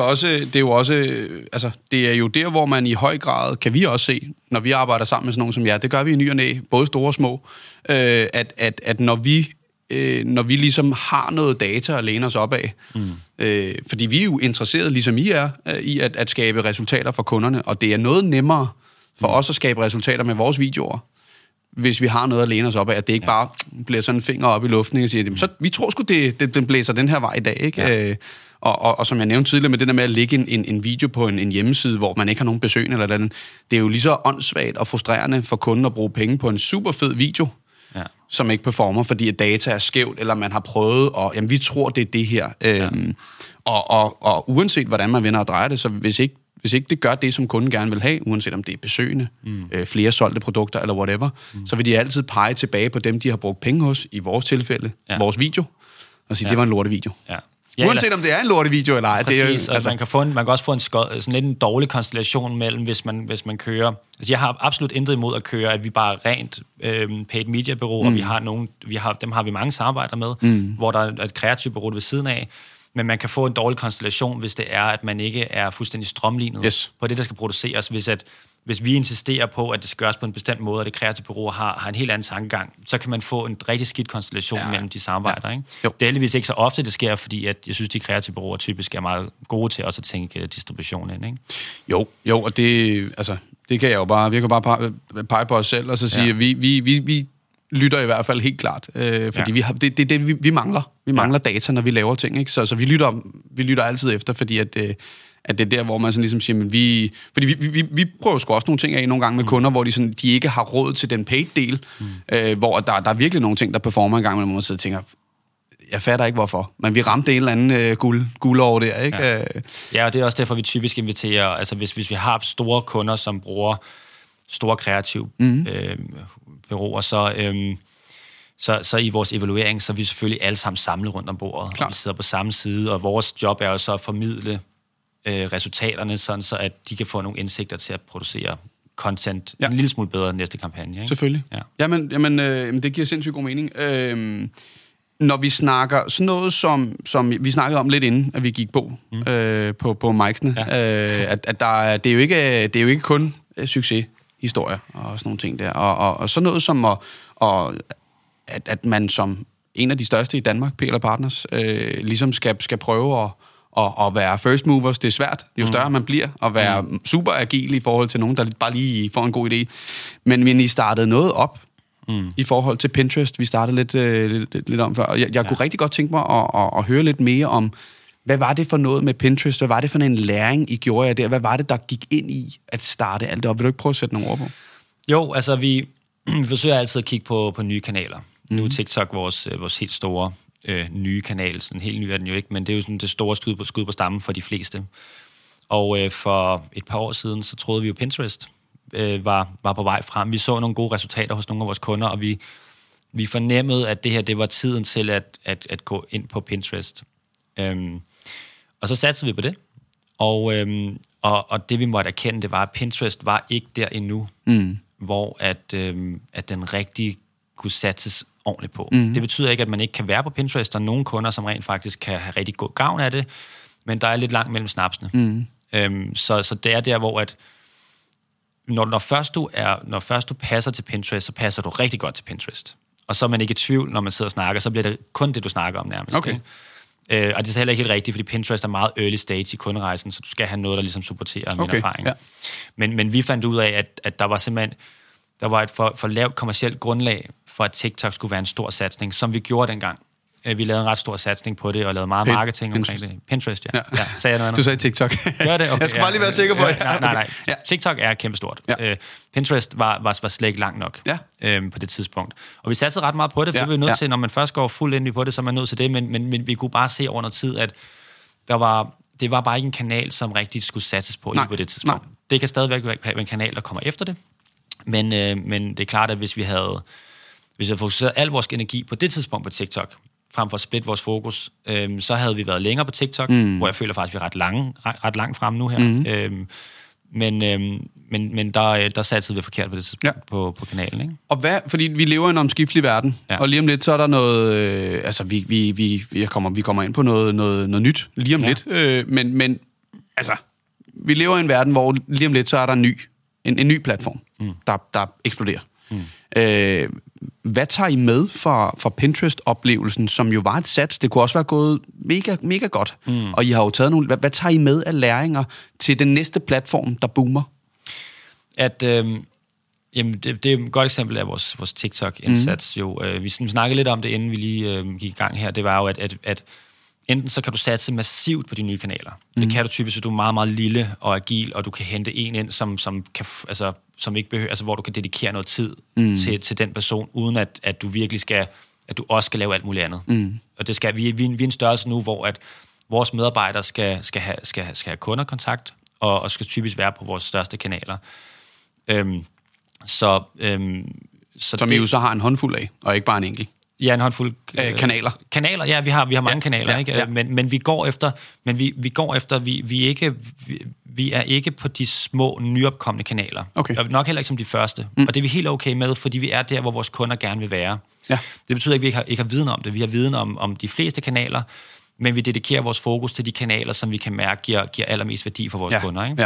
er jo der, hvor man i høj grad, kan vi også se, når vi arbejder sammen med sådan nogen som jer, det gør vi i ny og næ, både store og små, at når vi ligesom har noget data at læne os op af, fordi vi er jo interesseret, ligesom I er, i at skabe resultater for kunderne, og det er noget nemmere for os at skabe resultater med vores videoer, hvis vi har noget at læne os op af, at det ikke bare bliver sådan en finger op i luften og siger, så vi tror sgu, den blæser den her vej i dag, ikke? Ja. Og som jeg nævnte tidligere med det der med at lægge en video på en hjemmeside, hvor man ikke har nogen besøgende eller andet, det er jo lige så åndssvagt og frustrerende for kunden at bruge penge på en super fed video, som ikke performer, fordi at data er skævt, eller man har prøvet, og jamen, vi tror, det er det her. Og uanset hvordan man vender og drejer det, så hvis ikke det gør det, som kunden gerne vil have, uanset om det er besøgende, flere solgte produkter eller whatever, så vil de altid pege tilbage på dem, de har brugt penge hos, i vores tilfælde, vores video, og sige, det var en lortevideo. Ja, uanset om det er en lortevideo eller ej. Præcis, det er, altså, man kan også få sådan lidt en dårlig konstellation mellem, hvis man kører. Altså, jeg har absolut intet imod at køre, at vi bare er rent paid media bureau, og dem har vi mange samarbejder med, hvor der er et kreativt bureau ved siden af. Men man kan få en dårlig konstellation, hvis det er, at man ikke er fuldstændig strømlignet på det, der skal produceres. Hvis vi insisterer på, at det skal gøres på en bestemt måde, og det kreative bureau har en helt anden tankegang, så kan man få en rigtig skidt konstellation mellem de samarbejder. Ikke? Det er heldigvis ikke så ofte, det sker, fordi at jeg synes, de kreative bureauer typisk er meget gode til også at tænke distribution ind. Ikke? Jo, og det kan jeg jo bare, vi kan bare pege på os selv, og så sige, at vi lytter i hvert fald helt klart, fordi vi mangler. Vi mangler data, når vi laver ting, ikke? Så vi lytter altid efter, fordi at det er der, hvor man sådan ligesom siger, men vi prøver sgu også nogle ting af nogle gange med kunder, hvor de ikke har råd til den paid del, hvor der er virkelig nogle ting, der performer en gang, men man sidder og tænker, jeg fatter ikke hvorfor, men vi ramte en eller anden guld over der, ikke? Ja, og det er også derfor, vi typisk inviterer, altså hvis vi har store kunder, som bruger store kreative bureauer, så i vores evaluering, så er vi selvfølgelig alle sammen samlet rundt om bordet, og vi sidder på samme side, og vores job er jo så at formidle resultaterne, sådan så at de kan få nogle indsigter til at producere content en lille smule bedre næste kampagne. Ikke? Selvfølgelig. Ja. Jamen, det giver sindssygt god mening. Når vi snakker sådan noget, som vi snakkede om lidt inden, at vi gik på mic'ene, at det er jo ikke kun succeshistorier og sådan nogle ting der. Og sådan noget som at man som en af de største i Danmark, PL Partners, ligesom skal prøve at være first movers. Det er svært, jo større man bliver, at være super agil i forhold til nogen, der bare lige får en god idé. Men I startede noget op i forhold til Pinterest. Vi startede lidt om før. Jeg kunne rigtig godt tænke mig at høre lidt mere om, hvad var det for noget med Pinterest? Hvad var det for en læring, I gjorde jer der? Hvad var det, der gik ind i at starte alt det op? Vil du ikke prøve at sætte nogle ord på? Jo, altså vi forsøger altid at kigge på nye kanaler. Nu er TikTok vores helt store nye kanal. Sådan helt ny er den jo ikke, men det er jo sådan det store skud på stammen for de fleste. Og for et par år siden, så troede vi jo Pinterest var på vej frem. Vi så nogle gode resultater hos nogle af vores kunder, og vi fornemmede, at det her, det var tiden til at gå ind på Pinterest. Og så satsede vi på det. Og det vi måtte erkende, det var, at Pinterest var ikke der endnu, hvor at den rigtig kunne satses ordentligt på. Det betyder ikke, at man ikke kan være på Pinterest, og nogle kunder, som rent faktisk kan have rigtig god gavn af det, men der er lidt langt mellem snapsene. Så det er der, hvor at når først du passer til Pinterest, så passer du rigtig godt til Pinterest. Og så er man ikke i tvivl, når man sidder og snakker, så bliver det kun det, du snakker om nærmest. Okay. Og det er så heller ikke helt rigtigt, fordi Pinterest er meget early stage i kunderejsen, så du skal have noget, der ligesom supporterer min erfaring. Ja. Men vi fandt ud af, at der var simpelthen et for lavt kommercielt grundlag for, at TikTok skulle være en stor satsning, som vi gjorde dengang. Vi lavede en ret stor satsning på det, og lavede meget marketing omkring det. Pinterest, ja. Sagde jeg noget andet? Du sagde TikTok. Gør det? Okay, jeg skal bare lige være sikker på det. Nej. Ja. TikTok er kæmpestort. Ja. Pinterest var slet ikke langt nok på det tidspunkt. Og vi satsede ret meget på det, for vi var nødt til, når man først går fuldt ind på det, så er man nødt til det, men vi kunne bare se over noget tid, at det var bare ikke en kanal, som rigtig skulle satses på på det tidspunkt. Nej. Det kan stadigvæk være en kanal, der kommer efter det, men det er klart, at hvis vi havde fokuseret al vores energi på det tidspunkt på TikTok, frem for at splitte vores fokus, så havde vi været længere på TikTok, hvor jeg føler faktisk, at vi er ret langt frem nu her. Men der satsede vi forkert på det tidspunkt på kanalen, ikke? Og fordi vi lever i en omskiftelig verden, og lige om lidt, så er der noget, vi kommer ind på noget nyt, lige om lidt, men vi lever i en verden, hvor lige om lidt, så er der en ny platform, der eksploderer. Hvad tager I med fra Pinterest-oplevelsen, som jo var et sats? Det kunne også være gået mega, mega godt. Og I har jo taget nogle... Hvad tager I med af læringer til den næste platform, der boomer? Det er et godt eksempel af vores TikTok-indsats. Vi snakkede lidt om det, inden vi lige gik i gang her. Det var jo, at enten så kan du satse massivt på de nye kanaler. Det kan du typisk, hvis du er meget, meget lille og agil, og du kan hente en ind, som ikke behøver, hvor du kan dedikere noget tid til den person, uden at du virkelig at du også skal lave alt muligt andet. Og det skal vi er en størrelse nu, hvor at vores medarbejdere skal have kunderkontakt, og skal typisk være på vores største kanaler. Som I jo så har en håndfuld af, og ikke bare en enkelt. Ja, en håndfuld kanaler. Kanaler, ja, vi har mange kanaler, ikke? Ja. Men vi går efter, vi er ikke på de små nyopkommende kanaler. Okay. Og nok heller ikke som de første. Og det er vi helt okay med, fordi vi er der, hvor vores kunder gerne vil være. Ja. Det betyder ikke, at vi ikke har viden om det. Vi har viden om de fleste kanaler, men vi dedikerer vores fokus til de kanaler, som vi kan mærke giver allermest værdi for vores kunder. Ikke? Ja.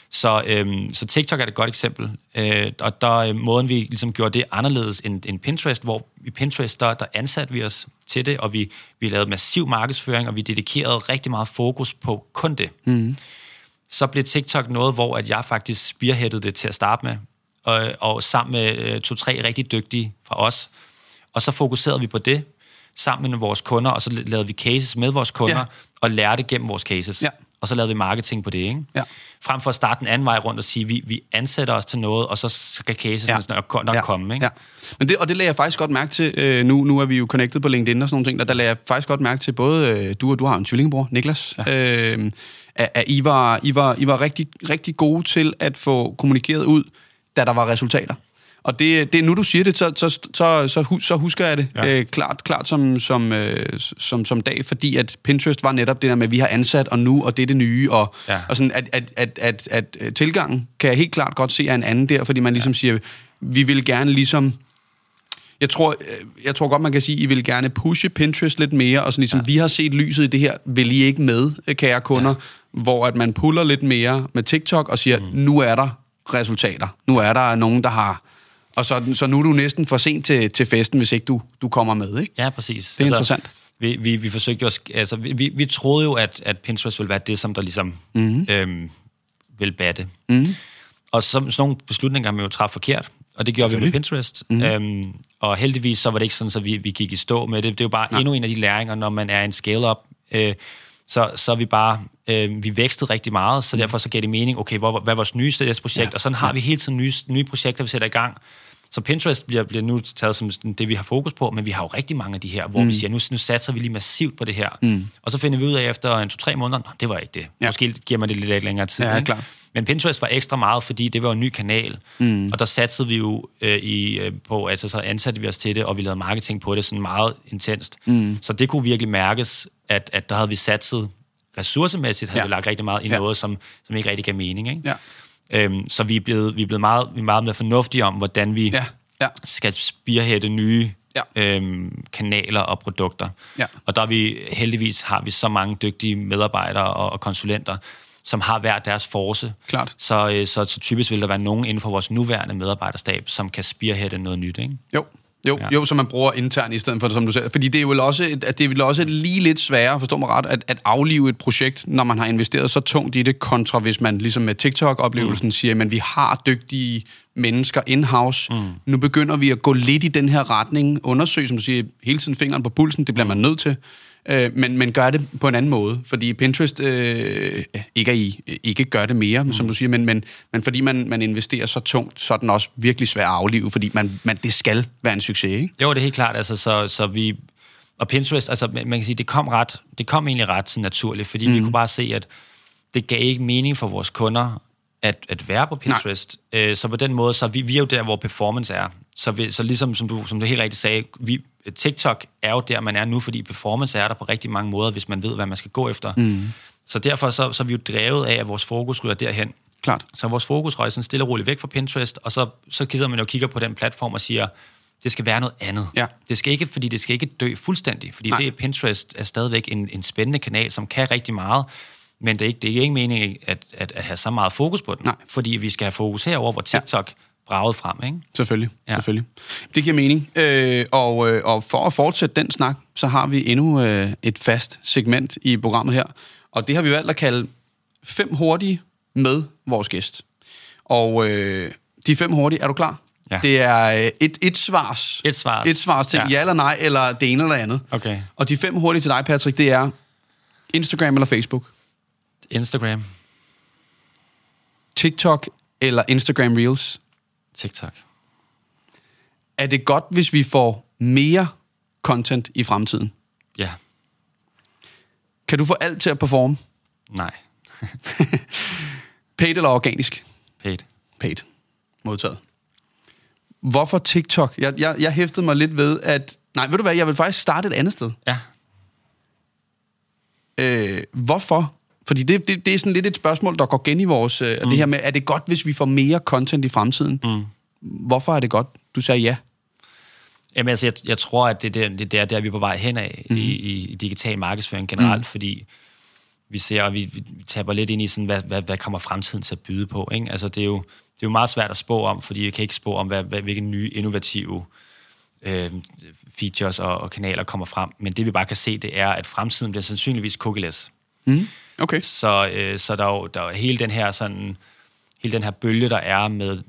Så TikTok er et godt eksempel, og der måden, vi ligesom gjorde det anderledes end Pinterest, hvor i Pinterest, der ansatte vi os til det, og vi lavede massiv markedsføring, og vi dedikerede rigtig meget fokus på kun det. Mm. Så blev TikTok noget, hvor at jeg faktisk spearheadede det til at starte med, og sammen med 2-3 rigtig dygtige fra os, og så fokuserede vi på det, sammen med vores kunder, og så lavede vi cases med vores kunder, og lærte gennem vores cases. Ja. Og så lavede vi marketing på det, ikke? Ja. Frem for at starte den anden vej rundt og sige, vi ansætter os til noget, og så skal cases nok komme, ikke? Ja. Men det lagde jeg faktisk godt mærke til. Nu er vi jo connected på LinkedIn og sådan nogle ting, der lagde jeg faktisk godt mærke til, både du har en tvillingebror, Niklas, at I var rigtig, rigtig gode til at få kommunikeret ud, da der var resultater. Og det nu du siger det, så husker jeg det klart som dag, fordi at Pinterest var netop det der med, at vi har ansat, og nu, og det er det nye, og sådan, at tilgangen kan jeg helt klart godt se er en anden der, fordi man ligesom siger, vi vil gerne ligesom, jeg tror godt, man kan sige, I vil gerne pushe Pinterest lidt mere, og sådan ligesom, vi har set lyset i det her, vil I ikke med, kære kunder, hvor at man puller lidt mere med TikTok og siger, nu er der resultater, nu er der nogen, der har. Og så nu er du næsten for sent til festen, hvis ikke du kommer med, ikke? Ja, præcis. Det er interessant. Vi forsøgte jo, altså vi troede jo, at Pinterest ville være det, som der ligesom vil batte. Mm-hmm. Og sådan nogle beslutninger har vi jo træffet forkert, og det gjorde vi med Pinterest. Mm-hmm. Og heldigvis så var det ikke sådan, at vi gik i stå med det. Det er jo bare endnu en af de læringer, når man er en scale-up. Så vi bare, vi vækstede rigtig meget, så derfor så gav det mening, okay, hvad er vores nye projekt? Og sådan har vi hele tiden nye projekter, vi sætter i gang. Så Pinterest bliver nu taget som det, vi har fokus på, men vi har jo rigtig mange af de her, hvor vi siger, nu satser vi lige massivt på det her. Og så finder vi ud af efter 2-3 måneder, det var ikke det. Måske giver man det lidt længere tid. Ja, klar. Men Pinterest var ekstra meget, fordi det var en ny kanal, og der satsede vi jo på, altså så ansatte vi os til det, og vi lavede marketing på det sådan meget intenst. Så det kunne virkelig mærkes, at der havde vi satset ressourcemæssigt, havde vi lagt rigtig meget i noget, som ikke rigtig gav mening, ikke? Ja. Så vi er blevet meget mere fornuftige om, hvordan vi skal spearheade nye kanaler og produkter. Ja. Og der har vi så mange dygtige medarbejdere og konsulenter, som har hver deres force. Klart. Så typisk vil der være nogen inden for vores nuværende medarbejderstab, som kan spearheade noget nyt, ikke? Jo, som man bruger internt i stedet for, som du siger. Fordi det er vel også lige lidt sværere, forstår mig ret, at aflive et projekt, når man har investeret så tungt i det, kontra hvis man ligesom med TikTok-oplevelsen siger, at vi har dygtige mennesker in-house. Nu begynder vi at gå lidt i den her retning, undersøge, som du siger, hele tiden fingeren på pulsen, det bliver man nødt til. Men gør det på en anden måde, fordi Pinterest ikke gør det mere, som du siger, men fordi man investerer så tungt, så er den også virkelig svær at aflive, fordi det skal være en succes, ikke? Jo, det er helt klart, altså så vi og Pinterest, altså man kan sige, det kom egentlig ret så naturligt, fordi vi kunne bare se, at det gav ikke mening for vores kunder at være på Pinterest. Så på den måde, så vi er jo der, hvor performance er. Så ligesom som du helt rigtigt sagde, TikTok er jo der, man er nu, fordi performance er der på rigtig mange måder, hvis man ved, hvad man skal gå efter. Så derfor så er vi jo drevet af, at vores fokus ryger derhen. Klart. Så vores fokus røger sådan stille og roligt væk fra Pinterest, og så sidder man jo og kigger på den platform og siger, det skal være noget andet. Ja. Det skal ikke dø fuldstændig, fordi Pinterest er stadigvæk en spændende kanal, som kan rigtig meget, men det er ikke meningen at have så meget fokus på den, fordi vi skal have fokus herover, hvor TikTok braget frem, ikke? Selvfølgelig. Det giver mening. Og for at fortsætte den snak, så har vi endnu et fast segment i programmet her, og det har vi valgt at kalde 5 hurtige med vores gæst. Og de 5 hurtige, er du klar? Ja. Det er et svars til ja eller nej, eller det ene eller andet. Okay. Og de 5 hurtige til dig, Patrick, det er Instagram eller Facebook? Instagram. TikTok eller Instagram Reels? TikTok. Er det godt, hvis vi får mere content i fremtiden? Ja. Kan du få alt til at performe? Nej. Paid eller organisk? Paid. Modtaget. Hvorfor TikTok? Jeg hæftede mig lidt ved, at... Nej, ved du hvad? Jeg vil faktisk starte et andet sted. Ja. Hvorfor? Fordi det er sådan lidt et spørgsmål, der går gen i vores... Det her med, er det godt, hvis vi får mere content i fremtiden? Hvorfor er det godt? Du sagde ja. Jamen, altså, jeg tror, at det er der, vi er på vej hen af i digital markedsføring generelt, fordi vi ser, og vi taber lidt ind i sådan, hvad kommer fremtiden til at byde på, ikke? Altså, det er jo meget svært at spå om, fordi vi kan ikke spå om, hvilke nye innovative features og kanaler kommer frem. Men det vi bare kan se, det er, at fremtiden bliver sandsynligvis cookieless. Okay. Så der er hele den her bølge, der er med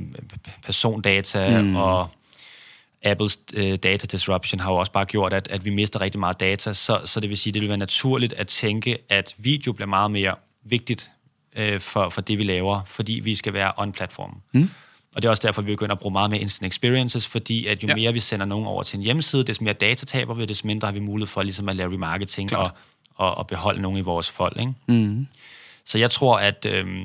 persondata og Apples data disruption har jo også bare gjort, at vi mister rigtig meget data. Så det vil sige, det vil være naturligt at tænke, at video bliver meget mere vigtigt for det, vi laver, fordi vi skal være on-platform. Og det er også derfor, vi begynder at bruge meget mere instant experiences, fordi at jo mere vi sender nogen over til en hjemmeside, des mere data taber vi, des mindre har vi mulighed for ligesom at lave remarketing og beholde nogen i vores folk. Ikke? Så jeg tror, at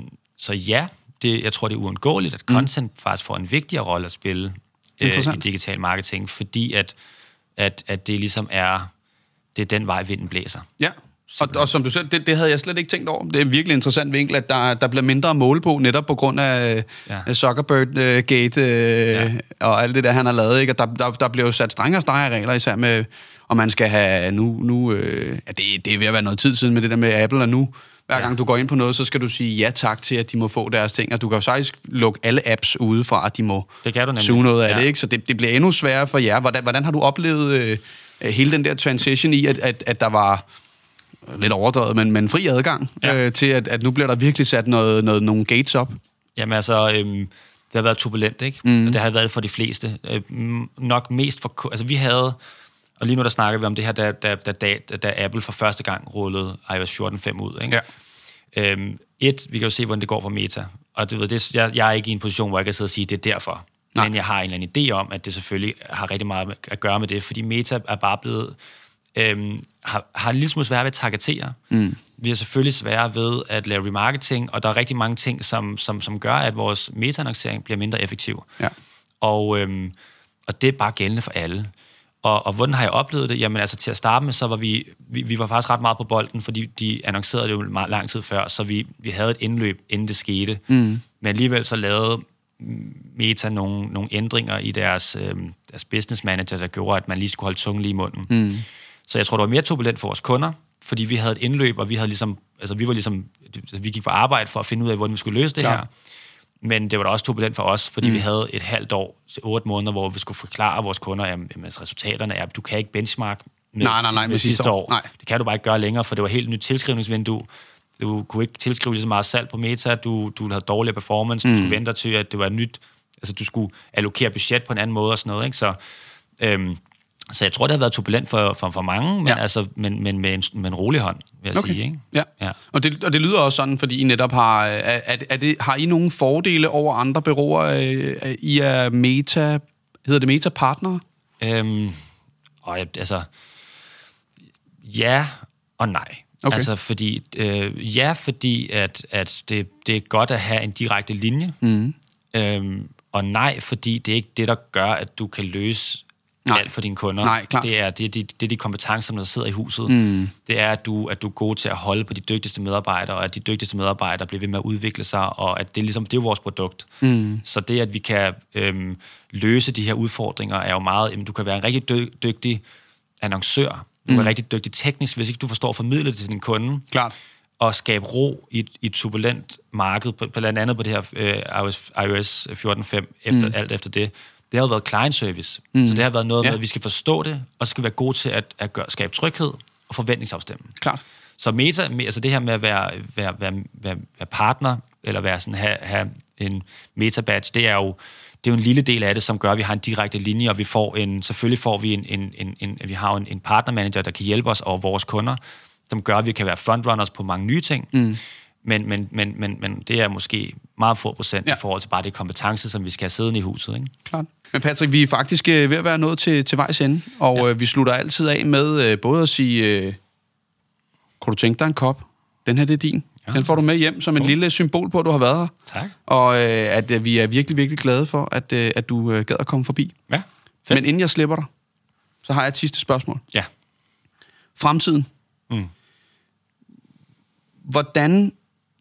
jeg tror, det er uundgåeligt, at content faktisk får en vigtigere rolle at spille i digital marketing, fordi at det ligesom det er den vej, vinden blæser. Ja. Og som du siger, det havde jeg slet ikke tænkt over. Det er en virkelig interessant vinkel, at der bliver mindre at måle på, netop på grund af Zuckerberg-gate og alt det der, han har lavet. Ikke? Og der bliver jo sat strengere regler, især med, om man skal have det er ved at være noget tid siden med det der med Apple, og nu, hver gang du går ind på noget, så skal du sige ja tak til, at de må få deres ting, og du kan jo faktisk lukke alle apps udefra, at de må suge noget af det. Ikke? Så det bliver endnu sværere for jer. Hvordan har du oplevet hele den der transition i, at der var lidt overdrevet, men fri adgang til, at nu bliver der virkelig sat nogle gates op? Jamen altså, det har været turbulent, ikke? Og det har været for de fleste. Nok mest for... Altså vi havde... Og lige nu der snakker vi om det her, da Apple for første gang rullede iOS 14.5 ud, ikke? Ja. Vi kan jo se, hvordan det går for Meta. Og du ved, jeg er ikke i en position, hvor jeg kan sidde og sige, at det er derfor. Nej. Men jeg har en eller anden idé om, at det selvfølgelig har rigtig meget at gøre med det, fordi Meta er bare blevet... har en lille smule svært ved at targetere. Vi er selvfølgelig svære ved at lave remarketing, og der er rigtig mange ting, som gør, at vores meta-annoncering bliver mindre effektiv. Ja. Og det er bare gældende for alle. Og hvordan har jeg oplevet det? Jamen altså til at starte med, så var vi var faktisk ret meget på bolden, fordi de annoncerede det jo meget lang tid før, så vi havde et indløb, inden det skete. Men alligevel så lavede Meta nogle ændringer i deres business manager, der gjorde, at man lige skulle holde tungen lige i munden. Så jeg tror, det var mere turbulent for vores kunder, fordi vi havde et indløb, og vi gik på arbejde for at finde ud af, hvordan vi skulle løse det her. Men det var da også turbulent for os, fordi vi havde et halvt år til 8 måneder, hvor vi skulle forklare vores kunder, at resultaterne er, at du kan ikke benchmark med sidste år. Nej. Det kan du bare ikke gøre længere, for det var et helt nyt tilskrivningsvindue. Du kunne ikke tilskrive lige så meget salg på Meta, du havde dårligere performance, du skulle vente til, at det var nyt, altså du skulle allokere budget på en anden måde og sådan noget, ikke? Så jeg tror, det har været turbulent for mange, men med en rolig hånd, vil jeg sige. Ikke? Ja. Og det lyder også sådan, fordi I netop har I nogle fordele over andre bureauer? I er Meta, hedder det Meta-partnere? Ja og nej. Okay. Altså fordi, fordi at det er godt at have en direkte linje, og nej, fordi det er ikke det, der gør, at du kan løse alt for dine kunder. Nej, det er de kompetencer, der sidder i huset. Det er, at du er god til at holde på de dygtigste medarbejdere, og at de dygtigste medarbejdere bliver ved med at udvikle sig, og at det er jo vores produkt. Så det, at vi kan løse de her udfordringer, er jo meget... Du kan være en rigtig dygtig annoncør. Du kan være rigtig dygtig teknisk, hvis ikke du forstår at formidle det til din kunde. Klart. Og skabe ro i et turbulent marked, blandt andet på det her iOS 14.5, efter det. Det har været client service, så det har været noget med, at vi skal forstå det, og så skal vi være gode til at skabe tryghed og forventningsafstemme. Klart. Så Meta, altså det her med at være partner, eller være sådan, have en Meta-badge, det er jo en lille del af det, som gør, at vi har en direkte linje, og selvfølgelig får vi vi har en partnermanager, der kan hjælpe os og vores kunder, som gør, at vi kan være frontrunners på mange nye ting. Men det er måske meget få procent i forhold til bare det kompetence, som vi skal have siddende i huset. Ikke? Klart. Men Patrick, vi er faktisk ved at være nået til vejs ende, og vi slutter altid af med både at sige, kunne du tænke dig en kop? Den her, det er din. Ja. Den får du med hjem som en lille symbol på, at du har været her. Tak. Og at vi er virkelig, virkelig glade for, at du gad at komme forbi. Ja. Fedt. Men inden jeg slipper dig, så har jeg et sidste spørgsmål. Ja. Fremtiden. Hvordan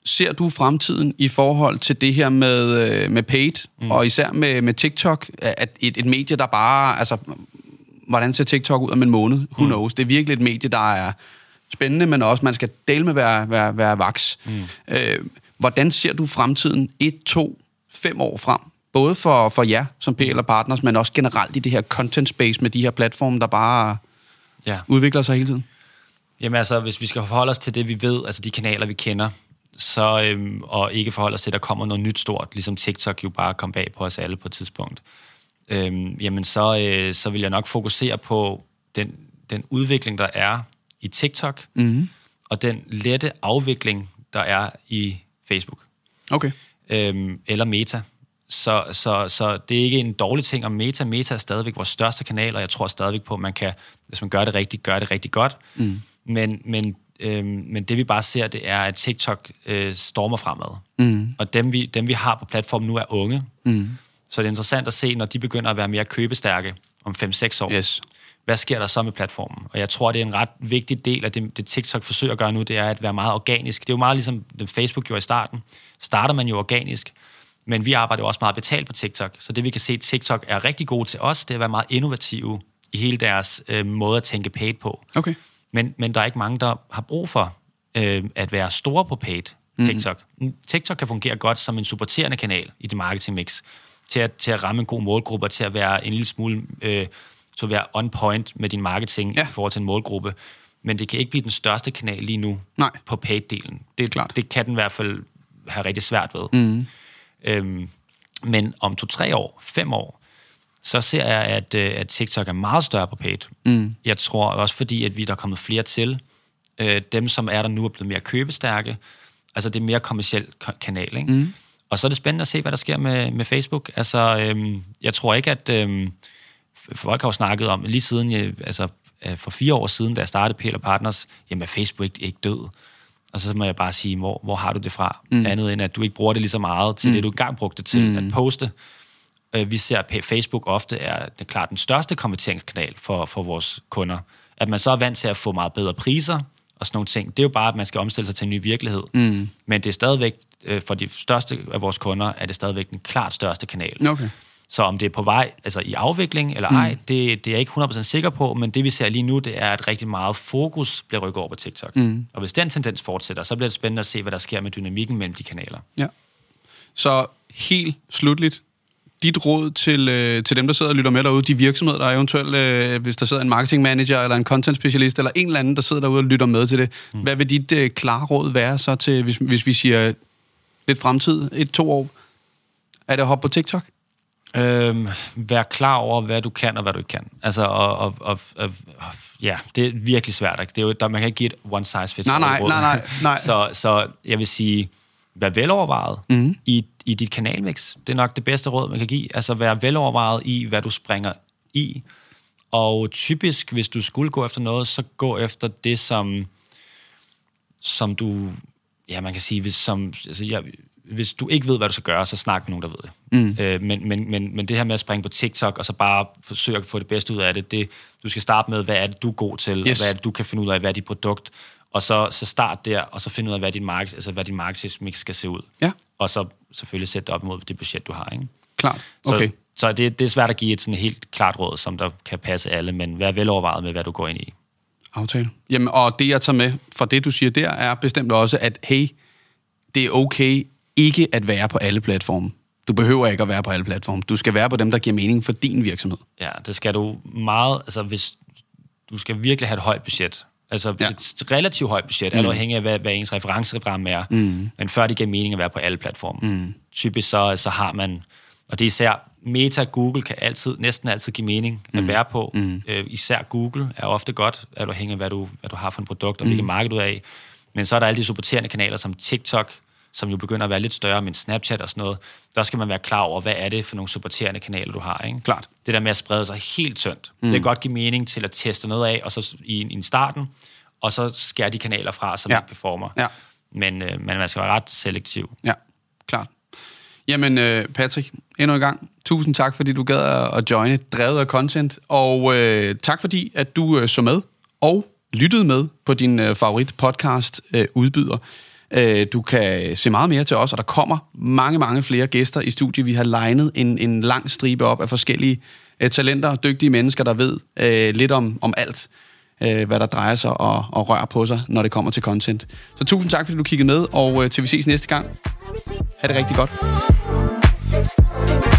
ser du fremtiden i forhold til det her med paid, og især med TikTok, at et medie, der bare, altså, hvordan ser TikTok ud om en måned? Who knows? Det er virkelig et medie, der er spændende, men også, man skal dele med være vaks. Hvordan ser du fremtiden 1, 2, 5 år frem? Både for jer som PL og partners, men også generelt i det her content space med de her platforme, der bare udvikler sig hele tiden. Jamen altså, hvis vi skal forholde os til det, vi ved, altså de kanaler, vi kender, så, og ikke forholde os til, at der kommer noget nyt stort, ligesom TikTok jo bare kom bag på os alle på et tidspunkt, jamen så vil jeg nok fokusere på den udvikling, der er i TikTok, og den lette afvikling, der er i Facebook. Okay. Eller Meta. Så det er ikke en dårlig ting om Meta. Meta er stadigvæk vores største kanal, og jeg tror stadigvæk på, at man kan, hvis man gør det rigtig godt. Men det vi bare ser, det er, at TikTok stormer fremad. Og dem vi har på platformen nu er unge. Så det er interessant at se, når de begynder at være mere købestærke om 5-6 år. Yes. Hvad sker der så med platformen? Og jeg tror, det er en ret vigtig del af det TikTok forsøger at gøre nu, det er at være meget organisk. Det er jo meget ligesom det Facebook gjorde i starten. Starter man jo organisk, men vi arbejder jo også meget betalt på TikTok. Så det vi kan se, TikTok er rigtig gode til os, det er at være meget innovative i hele deres måde at tænke paid på. Okay. Men der er ikke mange, der har brug for at være store på paid TikTok. TikTok kan fungere godt som en supporterende kanal i det marketingmix, til at ramme en god målgruppe, og til at være en lille smule så være on point med din marketing i forhold til en målgruppe. Men det kan ikke blive den største kanal lige nu på paid-delen. Det kan den i hvert fald have rigtig svært ved. Men om 2-3 år, 5 år, så ser jeg, at TikTok er meget større på paid. Jeg tror også, fordi at der er kommet flere til. Dem, som er der nu, er blevet mere købestærke. Altså, det er mere kommerciel kanal, ikke? Og så er det spændende at se, hvad der sker med Facebook. Altså, jeg tror ikke, at folk har jo snakket om, lige siden, for 4 år siden, da jeg startede PL Partners, jamen er Facebook ikke død. Og så må jeg bare sige, hvor har du det fra? Andet end, at du ikke bruger det lige så meget til det, du engang brugte til at poste. Vi ser, at Facebook ofte er det klart den største konverteringskanal for vores kunder. At man så er vant til at få meget bedre priser og sådan nogle ting. Det er jo bare, at man skal omstille sig til en ny virkelighed. Men det er stadigvæk, for de største af vores kunder, er det stadigvæk den klart største kanal. Okay. Så om det er på vej, altså i afvikling eller ej, det er jeg ikke 100% sikker på, men det vi ser lige nu, det er, at rigtig meget fokus bliver rykket over på TikTok. Og hvis den tendens fortsætter, så bliver det spændende at se, hvad der sker med dynamikken mellem de kanaler. Ja. Så helt slutligt, dit råd til dem, der sidder og lytter med derude, de virksomheder, der eventuelt, hvis der sidder en marketing manager, eller en content specialist, eller en eller anden, der sidder derude og lytter med til det, hvad vil dit klare råd være så til, hvis vi siger lidt fremtid, 1-2 år? Er det at hoppe på TikTok? Vær klar over, hvad du kan og hvad du ikke kan. Altså, ja, det er virkelig svært. Ikke? Det er jo, man kan ikke give et one size fits all. Nej. Så jeg vil sige, vær velovervejet i dit kanalmix. Det er nok det bedste råd, man kan give. Altså, vær velovervejet i, hvad du springer i. Og typisk, hvis du skulle gå efter noget, så gå efter det, som du... Ja, man kan sige, hvis du ikke ved, hvad du skal gøre, så snak med nogen, der ved det. Men det her med at springe på TikTok, og så bare forsøge at få det bedste ud af det, du skal starte med, hvad er det, du er god til, og hvad er det, du kan finde ud af, hvad er dit produkt, og så start der, og så finde ud af, hvad din markedsmix skal se ud. Ja. Og så selvfølgelig sætte det op imod det budget, du har. Ikke? Klart. Okay. Så det er svært at give et sådan helt klart råd, som der kan passe alle, men vær velovervejet med, hvad du går ind i. Aftale. Jamen, og det, jeg tager med fra det, du siger der, er bestemt også, at hey, det er okay ikke at være på alle platforme. Du behøver ikke at være på alle platforme. Du skal være på dem, der giver mening for din virksomhed. Ja, det skal du meget... Altså, hvis du skal virkelig have et højt budget. Altså, et relativt højt budget, alt afhængig af, hvad ens referenceramme er. Men før det giver mening at være på alle platforme. Typisk så har man... Og det er især Meta, Google kan næsten altid give mening at være på. Især Google er ofte godt, alt afhængig af, hvad du har for et produkt, og hvilket marked du er af. Men så er der alle de supporterende kanaler som TikTok, som jo begynder at være lidt større, men Snapchat og sådan noget. Der skal man være klar over, hvad er det for nogle supporterende kanaler, du har. Ikke? Klart. Det der med at sprede sig helt tyndt. Det kan godt give mening til at teste noget af, og så i starten, og så skære de kanaler fra, som ikke performer. Ja. Men man skal være ret selektiv. Ja, klart. Jamen, Patrick, endnu en gang, tusind tak, fordi du gad at joine Drevet af Content, og tak fordi, at du så med og lyttede med på din favorit podcast udbyder. Du kan se meget mere til os, og der kommer mange, mange flere gæster i studiet. Vi har legnet en lang stribe op af forskellige talenter, dygtige mennesker, der ved lidt om alt, hvad der drejer sig og rører på sig, når det kommer til content. Så tusind tak, fordi du kiggede med, og til vi ses næste gang. Ha' det rigtig godt.